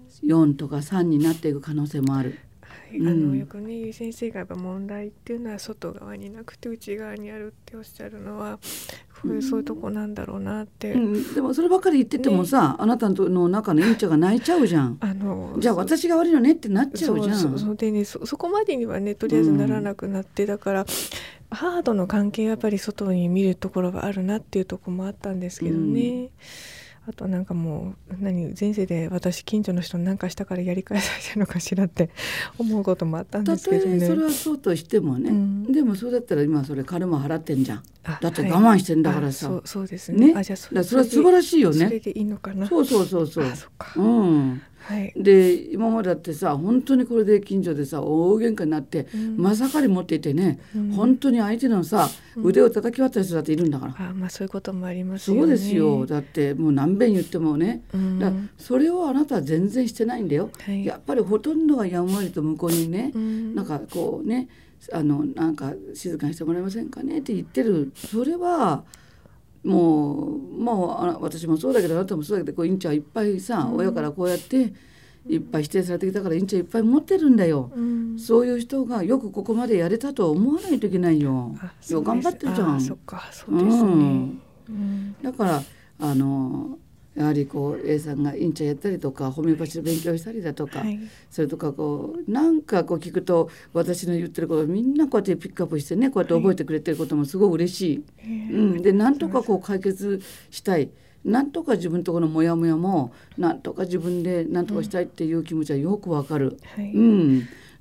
4とか3になっていく可能性もある。 よくねゆう先生がやっぱ問題っていうのは外側になくて内側にあるっておっしゃるのはそういうとこなんだろうなって、 でもそればっかり言っててもさ、あなたの中の院長が泣いちゃうじゃん。じゃあ私が悪いのねってなっちゃうじゃん。 でね、そこまでにはねとりあえずならなくなって、だから母との関係はやっぱり外に見るところがあるなっていうところもあったんですけどね、あとなんかもう前世で私近所の人に何かしたからやり返されてるのかしらって思うこともあったんですけどね。 たとえそれはそうとしてもね、でもそれだったら今それ彼も払ってんじゃん。だって我慢してんだからさ、 そうですね。 じゃあそれは素晴らしいよね。 それでいいのかな。 そうそっか。で今までだってさ本当にこれで近所でさ大喧嘩になって、まさかり持っていてね、本当に相手のさ、腕を叩き割った人だっているんだから。 そういうこともありますよね。 そうですよ。だってもう何遍言ってもね、だそれをあなたは全然してないんだよ、やっぱりほとんどがやんわりと向こうにね、なんかこうねなんか静かにしてもらえませんかねって言ってる。それはもう私もそうだけどあなたもそうだけど、インチャはいっぱいさ、親からこうやっていっぱい否定されてきたからインチャいっぱい持ってるんだよ、そういう人がよくここまでやれたと思わないといけないよ。よ頑張ってるじゃん。 そっか、そうですね、 だからやはりA さんがインチャやったりとかホメオパチの勉強したりだとか、それとかなんか聞くと私の言ってることをみんなこうやってピックアップしてね、こうやって覚えてくれてることもすごい嬉しい、でなんとか解決したい、なんとか自分とこのモヤモヤもなんとか自分でなんとかしたいっていう気持ちはよくわかる、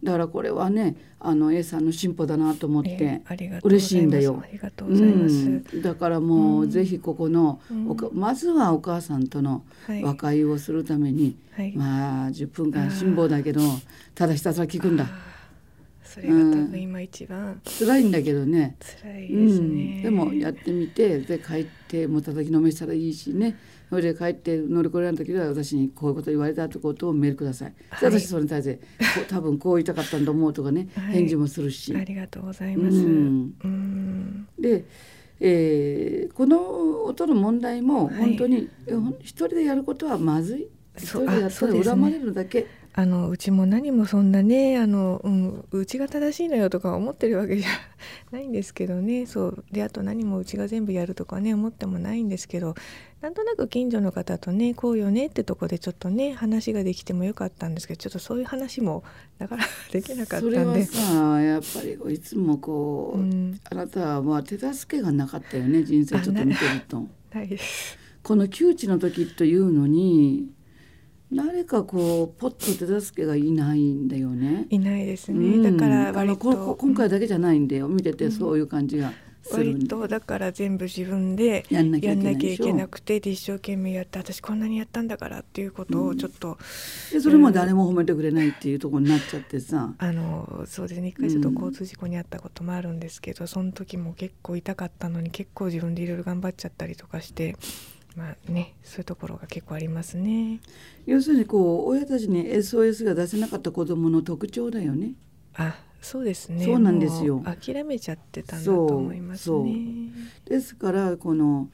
だからこれはねA さんの進歩だなと思ってありがとうございます。 嬉しいんだよ。 ありがとうございます。 だからもうぜひここのまずはお母さんとの和解をするために、まあ10分間辛抱だけどただひたすら聞くんだ。 それが多分今一番辛いんだけどね。 辛いですね。 でもやってみて、で帰ってもう叩きのめしたらいいしね。それで帰って乗り越えられた時は私にこういうこと言われたってことをメールください。私それに対して多分こう言いたかったんだ思うとかね、返事もするし。 ありがとうございます。 で、この音の問題も本当に一人でやることはまずい。一人でやったら恨まれるだけ。 うちも何もそんなねうちが正しいのよとか思ってるわけじゃないんですけどね。そうで、あと何もうちが全部やるとかね思ってもないんですけど、なんとなく近所の方とねこうよねってとこでちょっとね話ができてもよかったんですけど、ちょっとそういう話もだからできなかったんで。 それはさやっぱりいつもこう、あなたは手助けがなかったよね、人生ちょっと見てると。 ないです。この窮地の時というのに誰かこうポッと手助けがいないんだよね。 いないですね。だから割と今回だけじゃないんだよ、見ててそういう感じがする。 割とだから全部自分でやんなきゃいけなくて、で一生懸命やって、私こんなにやったんだからっていうことをちょっと、 でそれも誰も褒めてくれないっていうところになっちゃってさ、 そうですね、一回ちょっと交通事故に遭ったこともあるんですけど、その時も結構痛かったのに結構自分でいろいろ頑張っちゃったりとかして、まあね、そういうところが結構ありますね。 要するに親たちに SOS が出せなかった子どもの特徴だよね。 そうですね。 そうなんですよ。 諦めちゃってたんだと思いますね。 ですからでも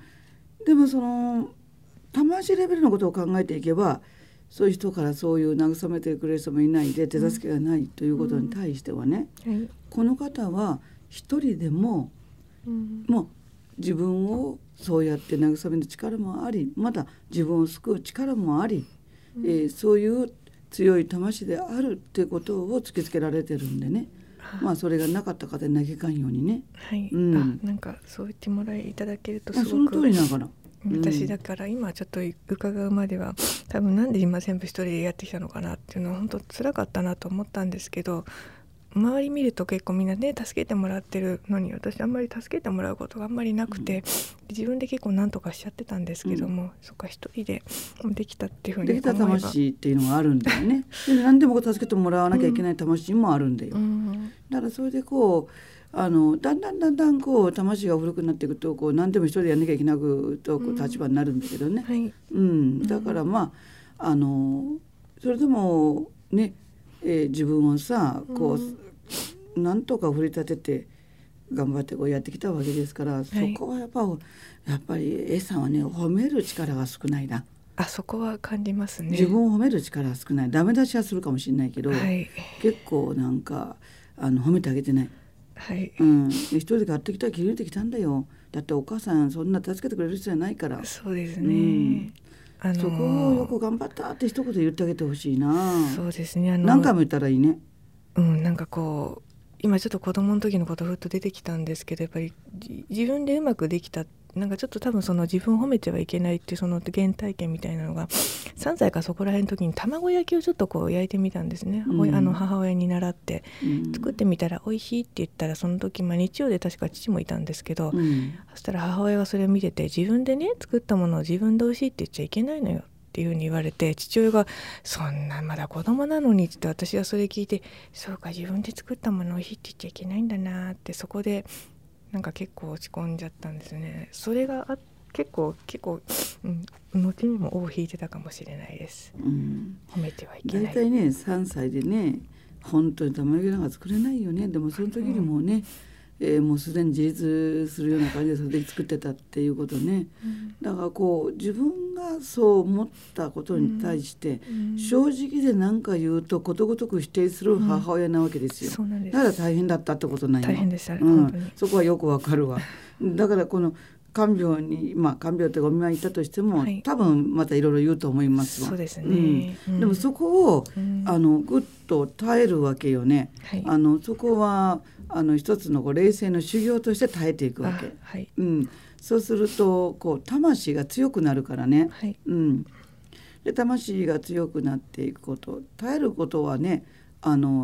魂レベルのことを考えていけば、そういう人からそういう慰めてくれる人もいないで手助けがないということに対してはね、この方は一人でも、もう自分をそうやって慰める力もあり、また自分を救う力もあり、そういう強い魂であるってことを突きつけられてるんでね、まあそれがなかった方に嘆かんようにね、 なんかそう言ってもらいただけるとすごくその通りだから、 私だから今ちょっと伺うまでは多分なんで今全部一人でやってきたのかなっていうのは本当辛かったなと思ったんですけど、周り見ると結構みんなね助けてもらってるのに、私あんまり助けてもらうことがあんまりなくて、自分で結構何とかしちゃってたんですけども、そっか一人でできたっていうふうに思えば、 できた魂っていうのがあるんだよね。で何でも助けてもらわなきゃいけない魂もあるんだよ。だからそれでだんだん魂が古くなっていくと何でも一人でやんなきゃいけなくと立場になるんだけどね、だからそれでもね、自分をさなんとか振り立てて頑張ってやってきたわけですから、そこはやっぱり A さんはね褒める力が少ないな。 そこは感じますね。 自分を褒める力が少ない。ダメ出しはするかもしれないけど、結構なんか褒めてあげてない。一人で買ってきた気づいてきたんだよ。だってお母さんそんな助けてくれる人じゃないから。 そうですね、 そこをよく頑張ったって一言言ってあげてほしいな。 そうですね。 何回も言ったらいいね。 なんか今ちょっと子供の時のことふっと出てきたんですけど、やっぱり自分でうまくできた、なんかちょっと多分その自分を褒めてはいけないっていうその原体験みたいなのが3歳かそこら辺の時に卵焼きをちょっと焼いてみたんですね、母親に習って、作ってみたら美味しいって言ったら、その時、日曜で確か父もいたんですけど、そしたら母親がそれを見てて、自分でね作ったものを自分で美味しいって言っちゃいけないのよっていう風に言われて、父親がそんなまだ子供なのにって、私はそれ聞いて、そうか自分で作ったものを美味しいって言っちゃいけないんだなって、そこでなんか結構落ち込んじゃったんですね。それが結構、後にも尾を引いてたかもしれないです、褒めてはいけない。 大体ね3歳でね本当に卵焼きなんか作れないよね。でもその時にもうね、もうすでに自立するような感じでそれで作ってたっていうことね、だから自分がそう思ったことに対して、正直で何か言うとことごとく否定する母親なわけですよ。 そうなんです。 だから大変だったってことないの。 大変でした、本当に。 そこはよくわかるわ。だから看病に看病ってお見舞い行ったとしても、多分またいろいろ言うと思いますわ。 そうですね、 でもそこを、ぐっと耐えるわけよね、そこは一つの霊性の修行として耐えていくわけ、そうすると魂が強くなるからね、で魂が強くなっていくこと、耐えることはねい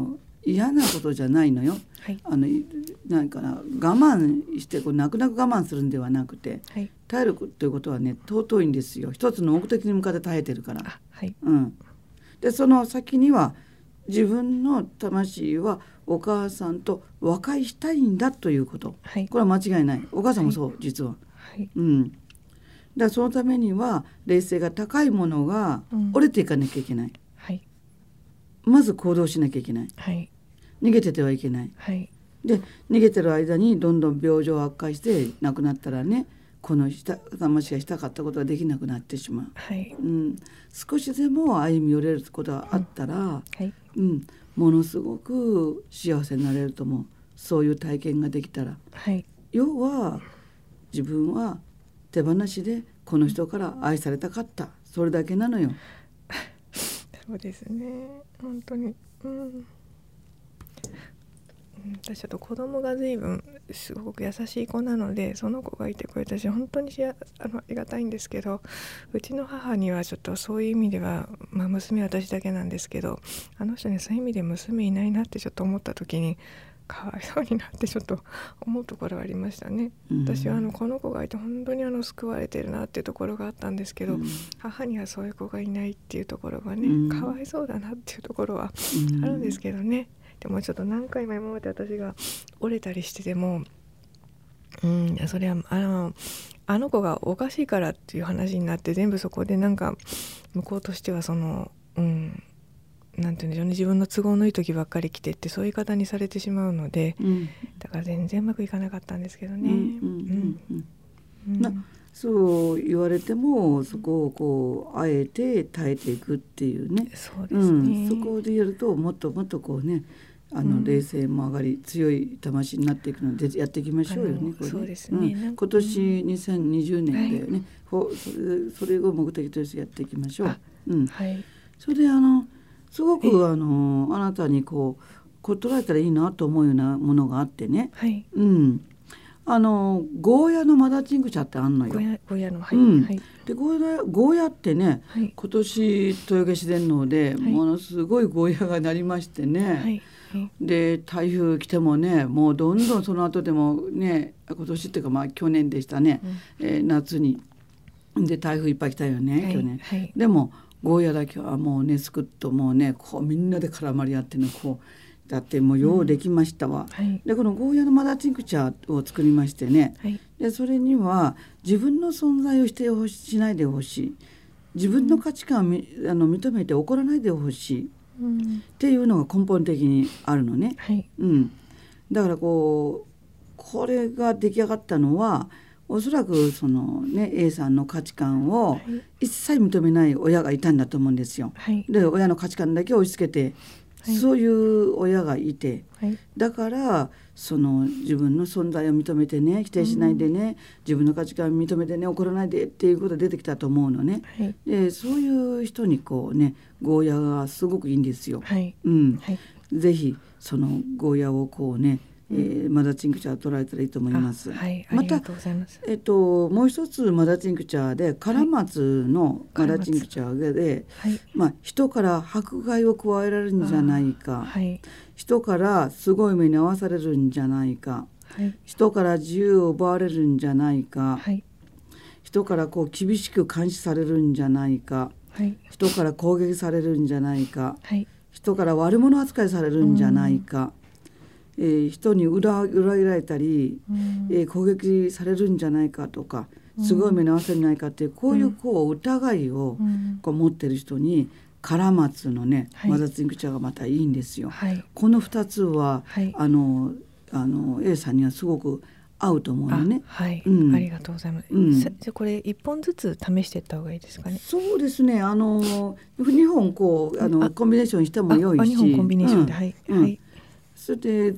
嫌なことじゃないのよ。 はい、 なんかな我慢して泣く泣く我慢するんではなくて、 はい、 耐えるということはね尊いんですよ。一つの目的に向かって耐えてるから。 はい、 でその先には自分の魂はお母さんと和解したいんだということ、 はい、 これは間違いない。お母さんもそう、実は、 はい、 だからそのためには冷静が高いものが折れていかなきゃいけない、 はい、 まず行動しなきゃいけない、 はい、 逃げててはいけない、 はい、 で逃げてる間にどんどん病状悪化して亡くなったらね、この魂がしたかったことができなくなってしまう、 はい、 少しでも歩み寄れることがあったら、 はい、 ものすごく幸せになれると思う。そういう体験ができたら、 はい、 要は自分は手放しでこの人から愛されたかった、それだけなのよ。 そうですね、本当に、私ちょっと子供が随分すごく優しい子なので、その子がいてくれたし本当にありがたいんですけど、うちの母にはちょっとそういう意味では、娘は私だけなんですけど、あの人にそういう意味で娘いないなってちょっと思った時にかわいそうになってちょっと思うところはありましたね。私はこの子がいて本当に救われてるなっていうところがあったんですけど、母にはそういう子がいないっていうところがね、かわいそうだなっていうところはあるんですけどね。でもちょっと何回も今まで私が折れたりしてても、それはあの子がおかしいからっていう話になって、全部そこでなんか向こうとしてはなんていうんでしょうね、自分の都合のいい時ばっかり来てってそういう言い方にされてしまうので、だから全然うまくいかなかったんですけどね。 そう言われてもそこをこうあえて耐えていくっていうね、 そうですね、 そこでやるともっともっとこうね冷静も上がり強い魂になっていくのでやっていきましょうよね。これね、 そうですね、 今年2020年だよね、それを目的としてやっていきましょう。それですごくあなたにこう捉えたらいいなと思うようなものがあってね、ゴーヤのマダチング茶ってあんのよ。ゴーヤの、でゴーヤってね、今年豊家自然農でものすごいゴーヤがなりましてね、で台風来てもね、もうどんどんその後でもね、今年っていうか去年でしたね、夏にで台風いっぱい来たよね、去年、でもゴーヤだけはもうねすくっともうねこうみんなで絡まり合ってね、こうだってもうようできましたわ、でこのゴーヤのマダチンク茶を作りましてね、でそれには自分の存在をしないでほしい、自分の価値観を認めて怒らないでほしい、っていうのが根本的にあるのね、だからこれが出来上がったのはおそらくその、A さんの価値観を一切認めない親がいたんだと思うんですよ。で親の価値観だけを押し付けて、そういう親がいて、だからその自分の存在を認めてね、否定しないでね、自分の価値観を認めてね、怒らないでっていうことが出てきたと思うのね、でそういう人にこうねゴーヤがすごくいいんですよ、ぜひそのゴーヤをこうねマダチンク茶を捉えたらいいと思います。またもう一つマダチンク茶でカラマツのマダチンク茶で、人から迫害を加えられるんじゃないか、人からすごい目に遭わされるんじゃないか、人から自由を奪われるんじゃないか、人からこう厳しく監視されるんじゃないか、人から攻撃されるんじゃないか、人から悪者扱いされるんじゃないか、人に裏切られたり、攻撃されるんじゃないかとか、すごい目に合わせるんじゃないかっていう、こういう疑いをこう持ってる人にカラマツのね、マダチンク茶がまたいいんですよ。この2つは、A さんにはすごく合うと思うのね。 ありがとうございます。じゃあこれ1本ずつ試していった方がいいですかね。 そうですね。2本こうコンビネーションしても良いし、 2本コンビネーションで、 それで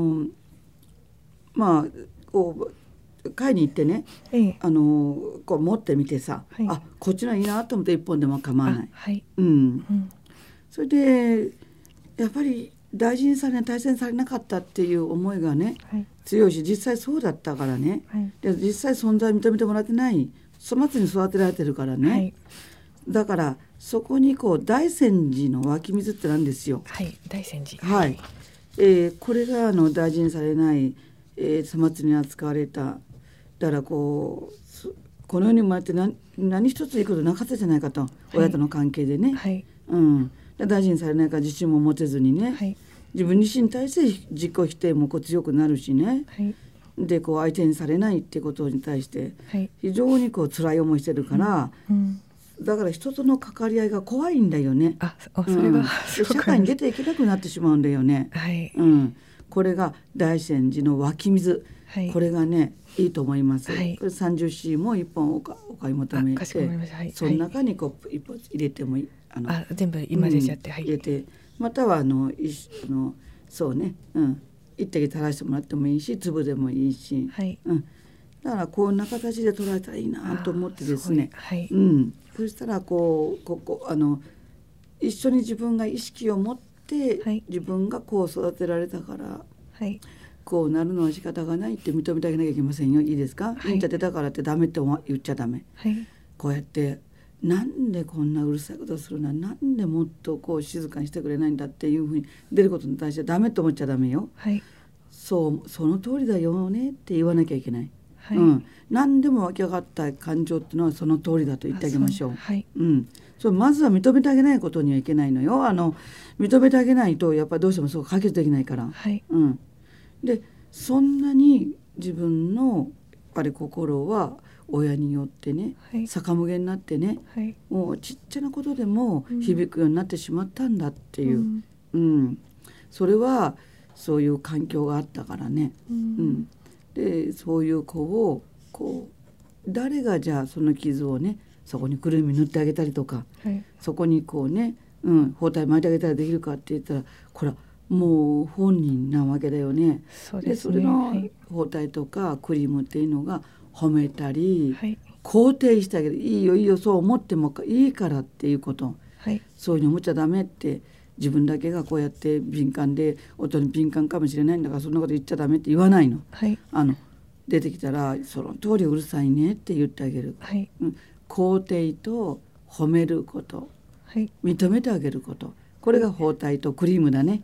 こう買いに行ってね、こう持ってみてさ、こっちのいいなと思って1本でも構わない、それでやっぱり大事にされ大切にされなかったっていう思いがね、強いし、実際そうだったからね、で実際存在を認めてもらってない、粗末に育てられてるからね、だからそこにこう大泉寺の湧き水ってなんですよ。 大泉寺、 これが大事にされない、粗末に扱われた。だからこの世に生まれて何一ついいことなかったじゃないかと、親との関係でね、大事にされないから自信も持てずにね、自分自身に対して自己否定も強くなるしね、で相手にされないってことに対して非常に辛い思いしてるから、だから人との関わり合いが怖いんだよね。 それは社会に出ていけなくなってしまうんだよね。これが大善寺の湧き水、これがねいいと思います。これ 30C も1本お買い求めて、その中に1本入れてもいい、 全部今出ちゃって、 入れて、またはそうね、一滴垂らしてもらってもいいし、粒でもいいし、だからこんな形で捉えたらいいなと思ってですね、そしたら一緒に自分が意識を持って、自分が育てられたから、こうなるのは仕方がないって認めてあげなきゃいけませんよ。いいですか？インタ出たからってダメって言っちゃダメ。こうやってなんでこんなうるさいことするの、なんでもっと静かにしてくれないんだっていうふうに出ることに対してダメと思っちゃダメよ。その通りだよねって言わなきゃいけない。何でも湧き上がった感情っていうのはその通りだと言ってあげましょう。それまずは認めてあげないことにはいけないのよ。認めてあげないとやっぱりどうしてもそう解決できないから。でそんなに自分のやっぱり心は親によってね、逆無限になってね、もうちっちゃなことでも響くようになってしまったんだっていう、それはそういう環境があったからね。でそういう子を誰がじゃあその傷をね、そこにくるみ塗ってあげたりとか、そこに包帯巻いてあげたりできるかって言ったら、これはもう本人なわけだよね。でそれの包帯とかクリームっていうのが褒めたり、肯定してあげる。いいよいいよ、そう思ってもいいからっていうこと、そういうふうに思っちゃダメって。自分だけがこうやって敏感で音に敏感かもしれないんだから、そんなこと言っちゃダメって言わないの。出てきたらその通りうるさいねって言ってあげる。肯定と褒めること、認めてあげること、これが包帯とクリームだね。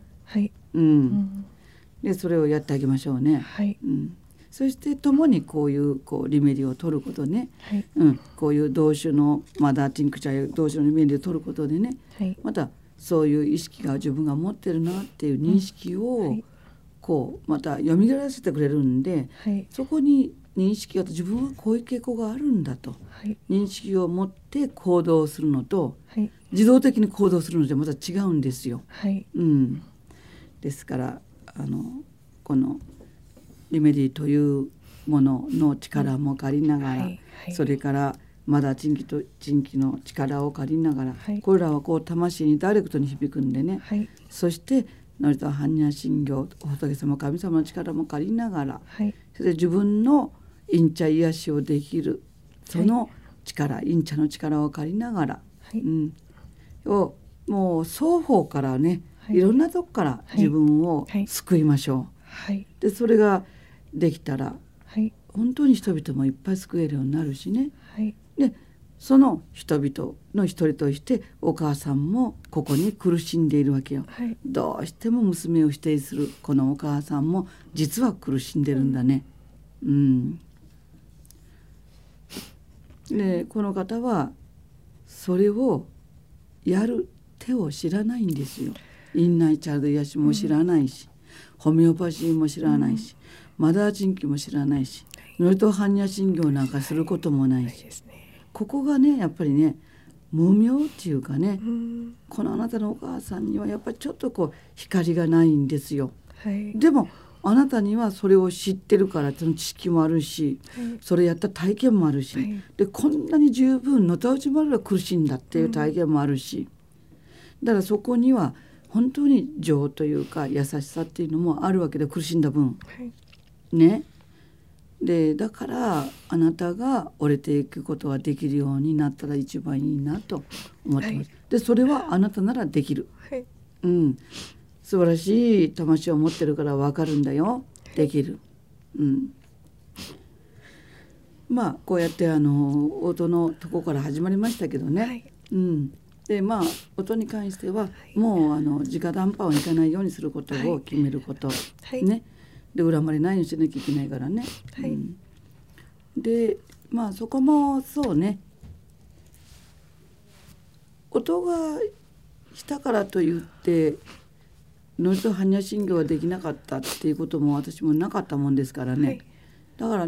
でそれをやってあげましょうね。そして共にこういうリメディを取ることね、こういう同種のマダーティンクチャーや同種のリメディを取ることでね、またそういう意識が自分が持ってるなっていう認識をまた蘇らせてくれるんで、そこに認識が自分はこういう傾向があるんだと、認識を持って行動するのと、自動的に行動するのじゃまた違うんですよ。ですからこのリメディというものの力も借りながら、それからまだ珍奇の力を借りながら、これらは魂にダイレクトに響くんでね、そしてノリと般若心経、仏様神様の力も借りながら、それで自分の陰茶癒しをできるその力、陰茶の力を借りながら、もう双方からね、いろんなとこから自分を救いましょう。でそれができたら、本当に人々もいっぱい救えるようになるしね。でその人々の一人としてお母さんもここに苦しんでいるわけよ。どうしても娘を否定するこのお母さんも実は苦しんでるんだね。でこの方はそれをやる手を知らないんですよ。院内チャイルド癒しも知らないし、ホメオパシーも知らないし、マダーチンキも知らないし、ノリと般若心経なんかすることもないし、ここがねやっぱりね無明っていうかね、このあなたのお母さんにはやっぱりちょっと光がないんですよ。でもあなたにはそれを知ってるからその知識もあるし、それやった体験もあるし、でこんなに十分のたうちまでは苦しいんだっていう体験もあるし、だからそこには本当に情というか優しさっていうのもあるわけで、苦しんだ分、ね。でだからあなたが折れていくことができるようになったら一番いいなと思ってます。でそれはあなたならできる。素晴らしい魂を持ってるから分かるんだよ。できる。まあこうやって音のとこから始まりましたけどね。 で音に関してはもう直談判をいかないようにすることを決めること、ね。で恨まれないようにしなきゃいけないからね。でそこもそうね、音がしたからといってノイズ般若心経ができなかったっていうことも私もなかったもんですからね、だから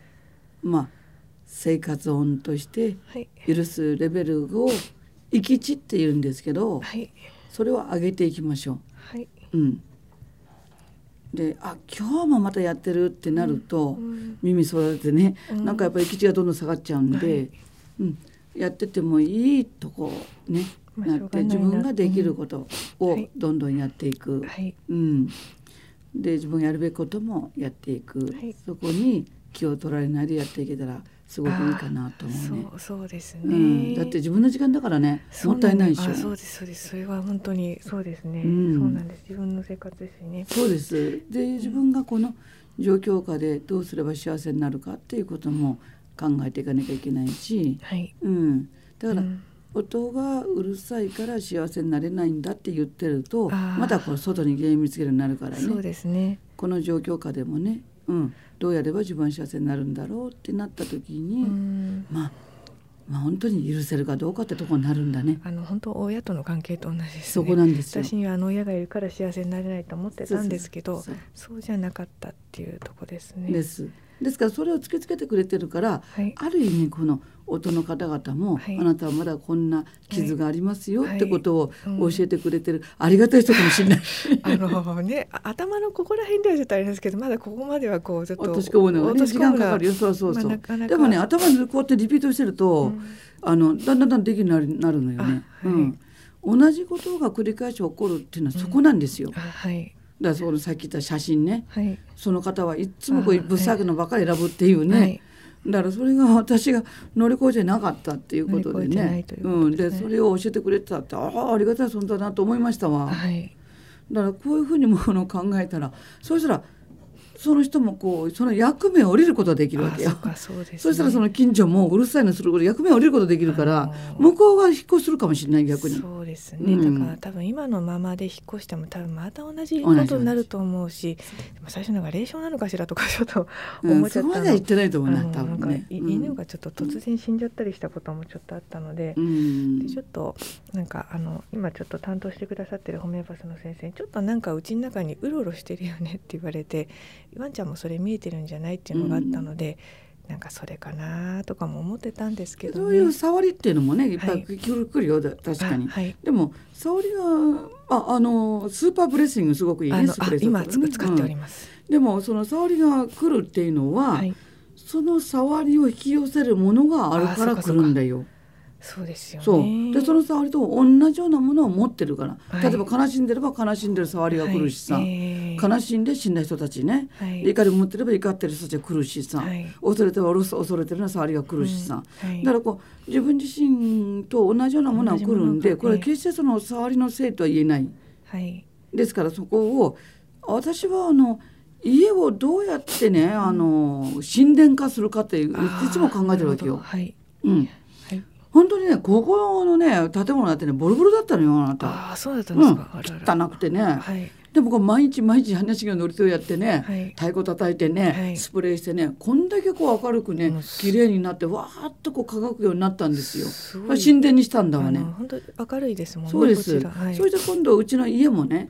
生活音として許すレベルを域値って言うんですけど、それを上げていきましょう。で今日もまたやってるってなると、耳育ててね、なんかやっぱり域値がどんどん下がっちゃうんで、やっててもいいとこね、なって自分ができることをどんどんやっていく、で自分がやるべきこともやっていく、そこに気を取られないでやっていけたらすごくいいかなと思うね。 そうですね、 だって自分の時間だからね、もったいないでしょ。 そうですそれは本当にそうですね、そうなんです、自分の生活ですね。 そうです。で自分がこの状況下でどうすれば幸せになるかっていうことも考えていかなきゃいけないし、だから、音がうるさいから幸せになれないんだって言ってると、また外に原因見つけるようになるからね。 そうですね。この状況下でもね、どうやれば自分は幸せになるんだろうってなった時に、本当に許せるかどうかってとこになるんだね。 本当親との関係と同じですね。 そこなんですよ。 私には親がいるから幸せになれないと思ってたんですけど、そうじゃなかったっていうとこですね。 ですからそれを突きつけてくれてるから、ある意味この音の方々も、あなたはまだこんな傷がありますよってことを教えてくれてる、ありがたい人かもしれない。 頭のここら辺ではちょっとあれですけど、まだここまではちょっと落とし込むのがね時間かかるよ。そうでもね、頭でこうやってリピートしてると、だんだんできるようになるのよね。同じことが繰り返し起こるっていうのはそこなんですよ。だからさっき言った写真ね、その方はいつもこういうぶっさくのばかり選ぶっていうね、だからそれが私が乗り越えてなかったっていうことでね、でそれを教えてくれてたって、ありがたい存在だなと思いましたわ。だからこういうふうにものを考えたら、そうしたらその人もその役目を降りることができるわけよ。そうしたらその近所もうるさいのすること役目を降りることができるから、向こうが引っ越しするかもしれない。逆にそうですね、だから多分今のままで引っ越しても多分また同じことになると思うし、でも最初なんか霊障なのかしらとかちょっと思っちゃったの。 そこまでは言ってないと思うな、多分ね。 犬がちょっと突然死んじゃったりしたこともちょっとあったので、でちょっとなんか今ちょっと担当してくださってるホメオパスの先生にちょっとなんかうちの中にうろうろしてるよねって言われて、ワンちゃんもそれ見えてるんじゃないっていうのがあったので、なんかそれかなとかも思ってたんですけどね。 そういう触りっていうのもねいっぱい来るよ、確かに。でも触りがスーパーブレッシングすごくいいです。 今使っております。 でもその触りが来るっていうのは、その触りを引き寄せるものがあるから来るんだよ。 そうですよね。 でその触りと同じようなものを持ってるから、例えば悲しんでれば悲しんでる触りが来るしさ、悲しんで死んだ人たちね、怒りを持ってれば怒ってる人たちが来るしさ、恐れては恐れてるような触りが来るしさ、だから自分自身と同じようなものが来るんで、これ決してその触りのせいとは言えない、ですからそこを私は家をどうやってね神殿化するかっていつも考えてるわけよ。本当にね、ここのね建物だってねボロボロだったのよ、あなた。 そうだったんですか。 汚くてね、でも毎日話が乗り手をやってね、太鼓叩いてね、スプレーしてね、こんだけ明るくね綺麗になってわーっと輝くようになったんですよ。神殿にしたんだわね。 本当明るいですもんね。 そうです。そして今度うちの家もね、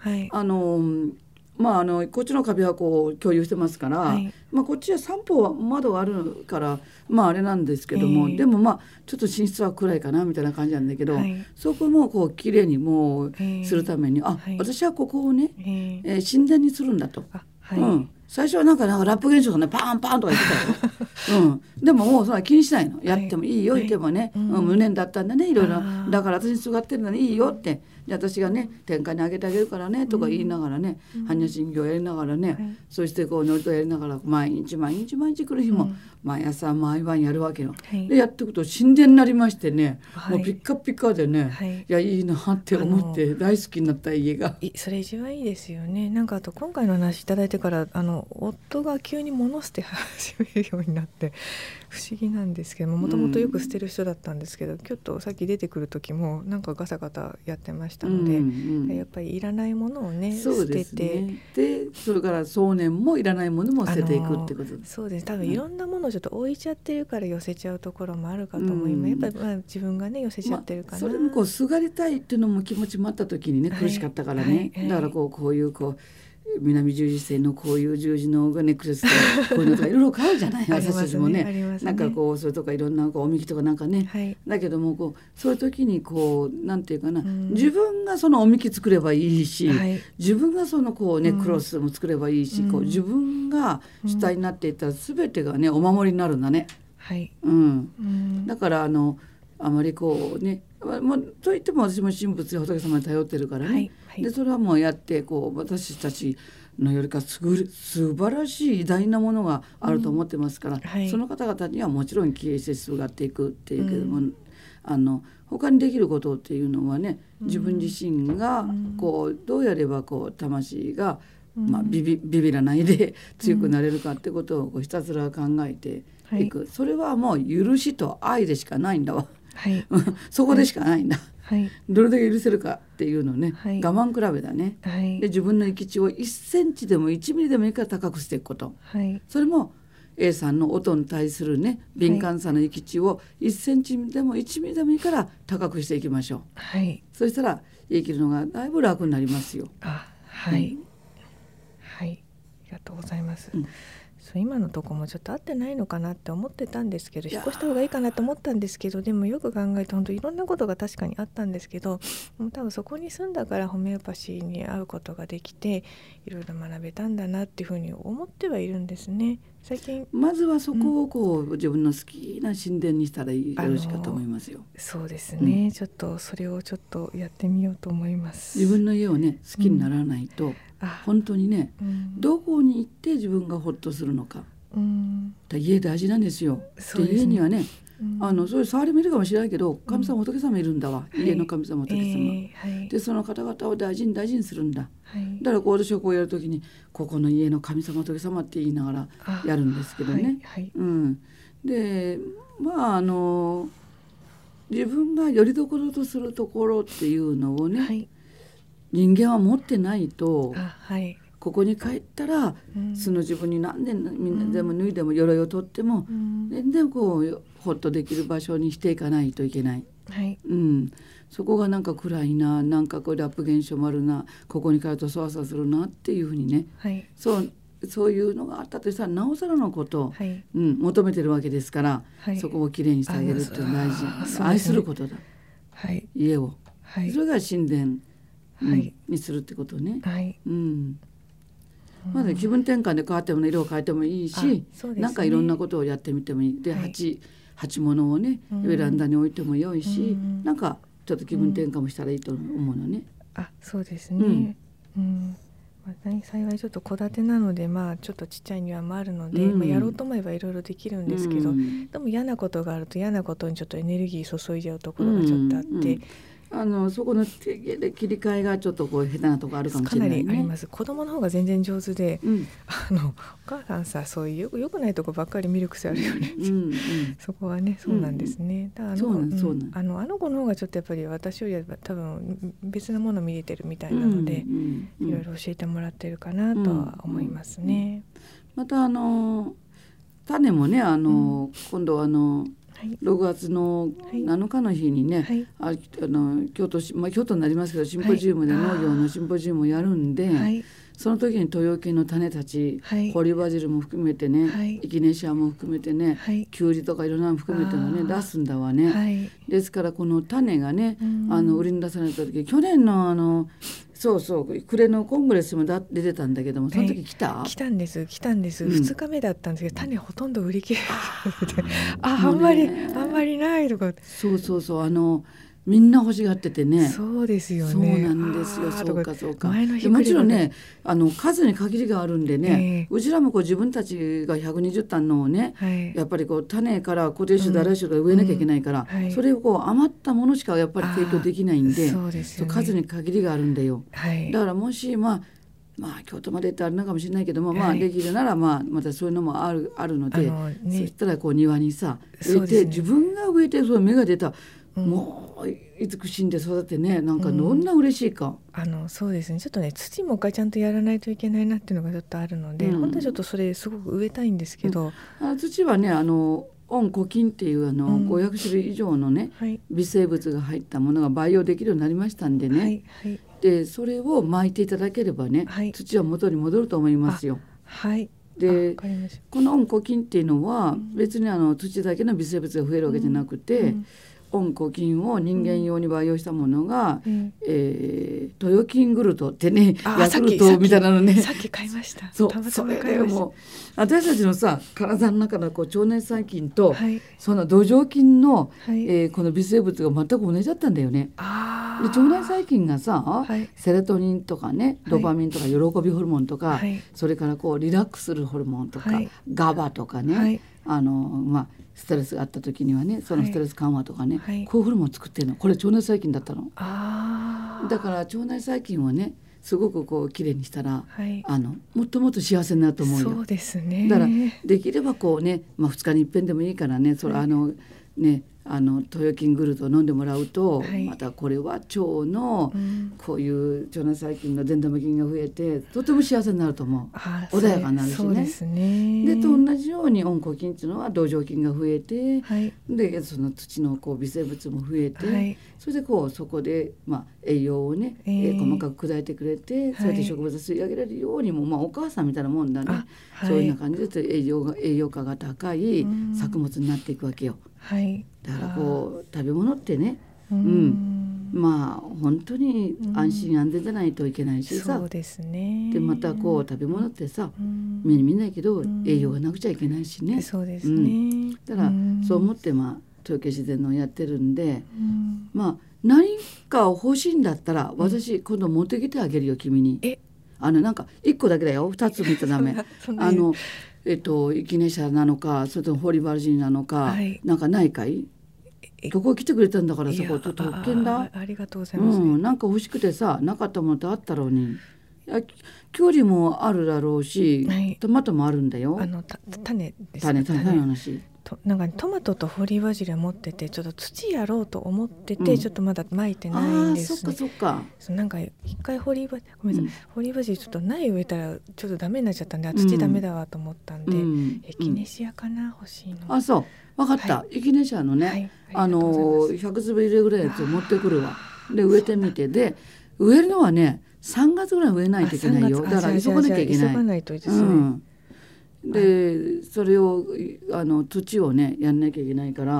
こっちの壁は共有してますから、こっちは3方は窓があるからあれなんですけども、でもちょっと寝室は暗いかなみたいな感じなんだけど、そこも綺麗にもうするために、私はここをね、神殿にするんだと。最初はなんかラップ現象がねパーンパーンとか言ってたよ。でももうそんな気にしないの。やってもいいよ、いてもね、無念だったんだね、いろいろ。だから私にすがってるのにいいよって、で私がね天下にあげてあげるからねとか言いながらね、般若心経をやりながらね、そして乗りとやりながら毎日来る日も、毎朝毎晩やるわけよ。でやっていくと神殿になりましてね、もうピッカピカでね、いやいいなって思って大好きになった家が。 それ一番いいですよね。なんかあと今回の話いただいてから夫が急に物捨て始めるようになって不思議なんですけどもともとよく捨てる人だったんですけど、ちょっとさっき出てくる時もなんかガサガサやってましたので、やっぱりいらないものをね捨てて、 でそれから壮年もいらないものも捨てていくってことです。 そうです。多分いろんなものをちょっと置いちゃってるから寄せちゃうところもあるかと思います。やっぱり自分がね寄せちゃってるかな、 それもこうすがりたいっていうのも気持ちもあった時にね、苦しかったからね、だからこういう南十字星のこういう十字のネックレスとかこういうのとかいろいろ買うじゃない私たちもね、なんかそれとかいろんなおみきとかなんかね、だけどもそういう時になんていうかな、自分がそのおみき作ればいいし、自分がそのネックレスも作ればいいし、自分が主体になっていったら全てがねお守りになるんだね。だからあまりといっても私も神仏や仏様に頼ってるからね、でそれはもうやって私たちのよりか素晴らしい偉大なものがあると思ってますから、その方々にはもちろん帰依してすがっていくっていうけども、他にできることっていうのはね、自分自身がどうやれば魂がビビらないで強くなれるかってことをひたすら考えていく、それはもう許しと愛でしかないんだわ。そこでしかないんだ。どれだけ許せるかっていうのね、我慢比べだね。で自分の生き地を1センチでも1ミリでもいいから高くしていくこと、それも A さんの音に対するね敏感さの生き地を1センチでも1ミリでもいいから高くしていきましょう。そしたら生きるのがだいぶ楽になりますよ。 ありがとうございます。今のとこもちょっと合ってないのかなって思ってたんですけど、引っ越した方がいいかなと思ったんですけど、でもよく考えて本当いろんなことが確かにあったんですけど、もう多分そこに住んだからホメオパシーに会うことができていろいろ学べたんだなっていうふうに思ってはいるんですね。最近まずはそこを自分の好きな神殿にしたらよろしいかと思いますよ。 そうですね、ちょっとそれをちょっとやってみようと思います。 自分の家をね好きにならないと、本当にね、どこに行って自分がほっとするのか、家大事なんですよ。で家にはね、そういう触りもいるかもしれないけど、神様仏様いるんだわ、家の神様仏様、でその方々を大事にするんだ、だから私はやるときにここの家の神様仏様って言いながらやるんですけどね、で自分がよりどころとするところっていうのをね、人間は持ってないと、ここに帰ったら、その自分に何でみんなでも脱いでも鎧を取っても、全然ほっとできる場所にしていかないといけない、そこがなんか暗いな、なんかラップ現象もあるな、ここに帰るとそわそわするなっていうふうにね、そういうのがあったとしたらなおさらのことを、求めてるわけですから、そこをきれいにしてあげるっていうのは大事、愛することだ、家を、それが神殿、にするってことね。まだ気分転換で変わっても色を変えてもいいし、なんかいろんなことをやってみてもいいで、鉢物をねベランダに置いてもよいし、なんかちょっと気分転換もしたらいいと思うのね。 そうですね。幸いちょっと戸建てなので、ちょっとちっちゃい庭もあるので、やろうと思えばいろいろできるんですけど、でも嫌なことがあると嫌なことにちょっとエネルギー注いじゃうところがちょっとあって、 そこの切り替えがちょっと下手なところあるかもしれないね。 かなりあります。子供の方が全然上手で、お母さんさ、そういうよくないとこばっかり見る癖あるよね、そこはねそうなんですね。だからあの子の方がちょっとやっぱり私よりは多分別なもの見れてるみたいなので、いろいろ教えてもらってるかなとは思いますね。 また種もね今度6月の7日の日にね、京都になりますけどシンポジウムで農業のシンポジウムをやるんで、その時に豊系の種たち、ホリバジルも含めてね、イキネシアも含めてね、キュウリとかいろんなの含めてもね出すんだわね。ですからこの種がね売りに出された時、去年の暮れのコングレスも出てたんだけども、その時来たんです、2日目だったんですけど、種ほとんど売り切れてあんまりないとか、 みんな欲しがっててね。 そうですよね。 そうなんですよ。そうか。もちろんね数に限りがあるんでね、うちらも自分たちが120単のをね、やっぱり種から固定種ダラ種が植えなきゃいけないから、それを余ったものしかやっぱり提供できないんで、数に限りがあるんだよ。だからもしまあ京都までってあるのかもしれないけども、 はいまあできるならまたそういうのもあるので、そしたらこう庭にさ植えて、自分が植えてその芽が出た、もう慈しんで育ってね、なんかどんな嬉しいか、 そうですね、ちょっとね土もちゃんとやらないといけないなっていうのがちょっとあるので、本当はちょっとそれすごく植えたいんですけど、 土はね温古菌っていう500種類以上のね、微生物が入ったものが培養できるようになりましたんでね、でそれを巻いていただければね、土は元に戻ると思いますよ。でこの温古菌っていうのは別に土だけの微生物が増えるわけじゃなくて、温古菌を人間用に培養したものが、豊菌グルトってね、ヤクルトみたいなのね、 さっき買いました。 それでも私たちのさ体の中のこう腸内細菌と、その土壌菌の、この微生物が全く同じだったんだよね。で腸内細菌がさ、セロトニンとかね、ドパミンとか喜びホルモンとか、それからこうリラックスするホルモンとか、ガバとかね、ストレスがあった時にはね、そのストレス緩和とかね、こういうホルモンを作ってるの、これ腸内細菌だったの。だから腸内細菌をねすごくこうきれいにしたら、もっともっと幸せになると思うよ。 そうですね。 だからできればこうね、2日に一遍でもいいからね、それ豊菌グルトを飲んでもらうと、またこれは腸のこういう腸内細菌の善玉菌が増えてとても幸せになると思う。穏やかになるしね。 そうですね。 でと同じように温古菌っていうのは土壌菌が増えて、でその土のこう微生物も増えて、それでこうそこで、栄養をね、細かく砕いてくれて、それで植物を吸い上げられるようにも、お母さんみたいなもんだね。そういうような感じで栄養価が高い作物になっていくわけよ。だからこう食べ物ってね、本当に安心安全じゃないといけないしさ、 そうですね。 でまたこう食べ物ってさ、目に見えないけど栄養がなくちゃいけないしね。 そうですね。 だからそう思って豊家自然のやってるんで、何かを欲しいんだったら私今度持ってきてあげるよ、君に。なんか1個だけだよ、2つ見たらダメ。イキネシャなのか、それともホリバルジーなのか、なんかないかい？ここ来てくれたんだから、そこちょっと特権だ。 ありがとうございます。 なんか欲しくてさ、なかったものってあったろうに。きゅうりもあるだろうし、トマトもあるんだよ。 種ですね。種の話。 なんかトマトとホリバジル持ってて、ちょっと土やろうと思ってて、ちょっとまだ撒いてないんですね。 そっか。 なんか一回ホリバジルちょっと苗植えたらちょっとダメになっちゃったんで、土ダメだわと思ったんで、エキネシアかな、欲しいの。 そう、分かった。エキネシアのね、100粒入れぐらいのやつを持ってくるわ。で植えてみて、で植えるのはね3月ぐらい植えないといけないよ。だから急がなきゃいけない。 急がないといいですね。 でそれを土をねやんなきゃいけないから、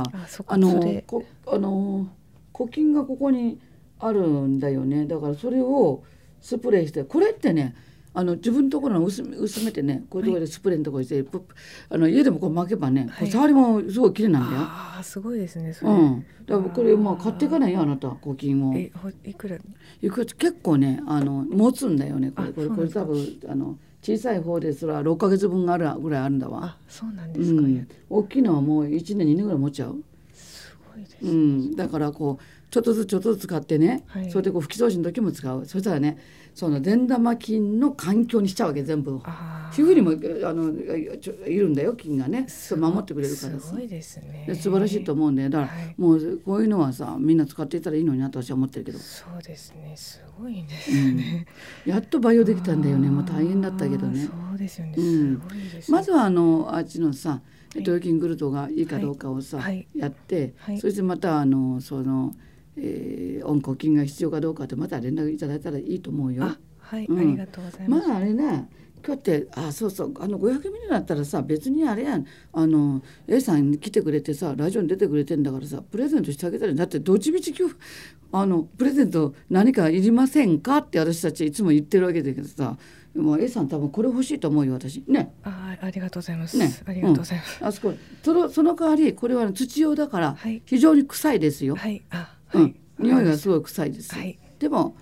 古菌がここにあるんだよね。だからそれをスプレーして、これってね自分のところの薄めてね、こういうところでスプレーのところにして、家でもこう巻けばね、触りもすごい綺麗なんだよ。すごいですねそれ。だからこれ買っていかないよ、あなた古菌を。いくら結構ね持つんだよね。これ多分小さい方ですら6ヶ月分があるぐらいあるんだわ。 そうなんですか。 大きいのはもう1年2年ぐらい持っちゃう。 すごいですね。 だからこうちょっとずつ使ってね、それでこう拭き掃除の時も使う。そしたらね、その善玉菌の環境にしちゃうわけ、全部。皮膚にもいるんだよ、菌がね。それ守ってくれるからさ。 すごいですね。 素晴らしいと思うんだよ。だからもうこういうのはさ、みんな使っていたらいいのになと私は思ってるけど。 そうですね、すごいですね。 やっと培養できたんだよね。もう大変だったけどね。 そうですよね。すごいですね。 まずはあっちのさ、豊菌グルトがいいかどうかをさ、やって、そしてまたその温古菌が必要かどうかってまた連絡いただいたらいいと思うよ。ありがとうございます。まああれね、今日って500ミリだったらさ、別にあれやん、A さん来てくれてさ、ラジオに出てくれてんだからさ、プレゼントしてあげたら、だってどっちみち今日プレゼント何かいりませんかって私たちいつも言ってるわけだけどさ、もう A さん多分これ欲しいと思うよ、私ね。 ありがとうございます。ね、ありがとうございます。 その代わりこれは土用だから非常に臭いですよ。匂いがすごい臭いです。でも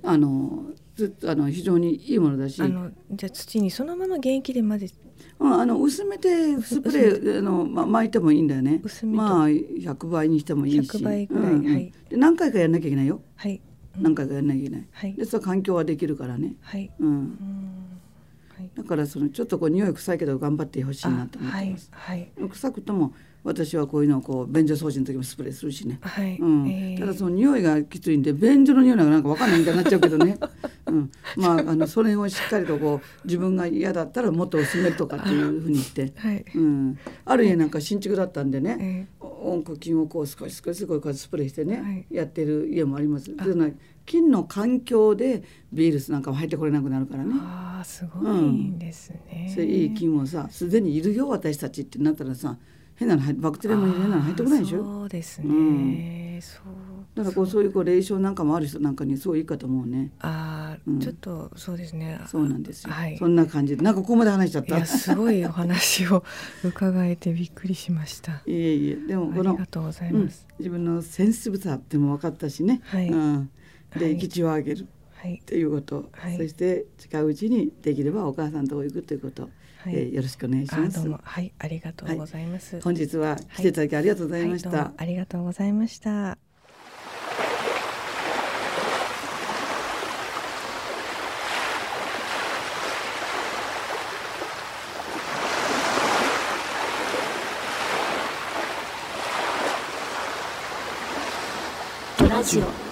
非常にいいものだし、じゃあ土にそのまま原液で混ぜて、 薄めてスプレー巻いてもいいんだよね。100倍にしてもいいし、 100倍ぐらい、 で何回かやんなきゃいけないよ。 何回かやらなきゃいけない、 はい、 でその環境はできるからね、 はい、 はい、だからちょっと匂い臭いけど頑張ってほしいなと思ってます、はいはい、臭くとも私はこういうのを便所掃除の時もスプレーするしね、はいただその匂いがきついんで便所の匂いなんか分かんないみたいになっちゃうけどね、それをしっかりと自分が嫌だったらもっと薄めるとかっていうふうにして、はいある家なんか新築だったんでね、温故菌を少しスプレーしてね、やってる家もあります。菌の環境でウイルスなんかも入ってこれなくなるからね。 すごいですね、 それいい菌をすでにいるよ私たちってなったら変なのバクテリアも変なの入ってこないでしょ。 そうですね、 だからそういう冷症なんかもある人なんかにすごいいいかと思うね。 ちょっとそうですね。 そうなんですよ、そんな感じでここまで話しちゃった。 いやすごいお話を伺えてびっくりしました。 いえいえ、でもありがとうございます、 自分のセンシティブさっても分かったしね、で口を上げるっていうこと、そして近いうちにできればお母さんのところ行くということ、よろしくお願いします。 どうもありがとうございます、 本日は来ていただきありがとうございました、 どうもありがとうございました。 ラジオ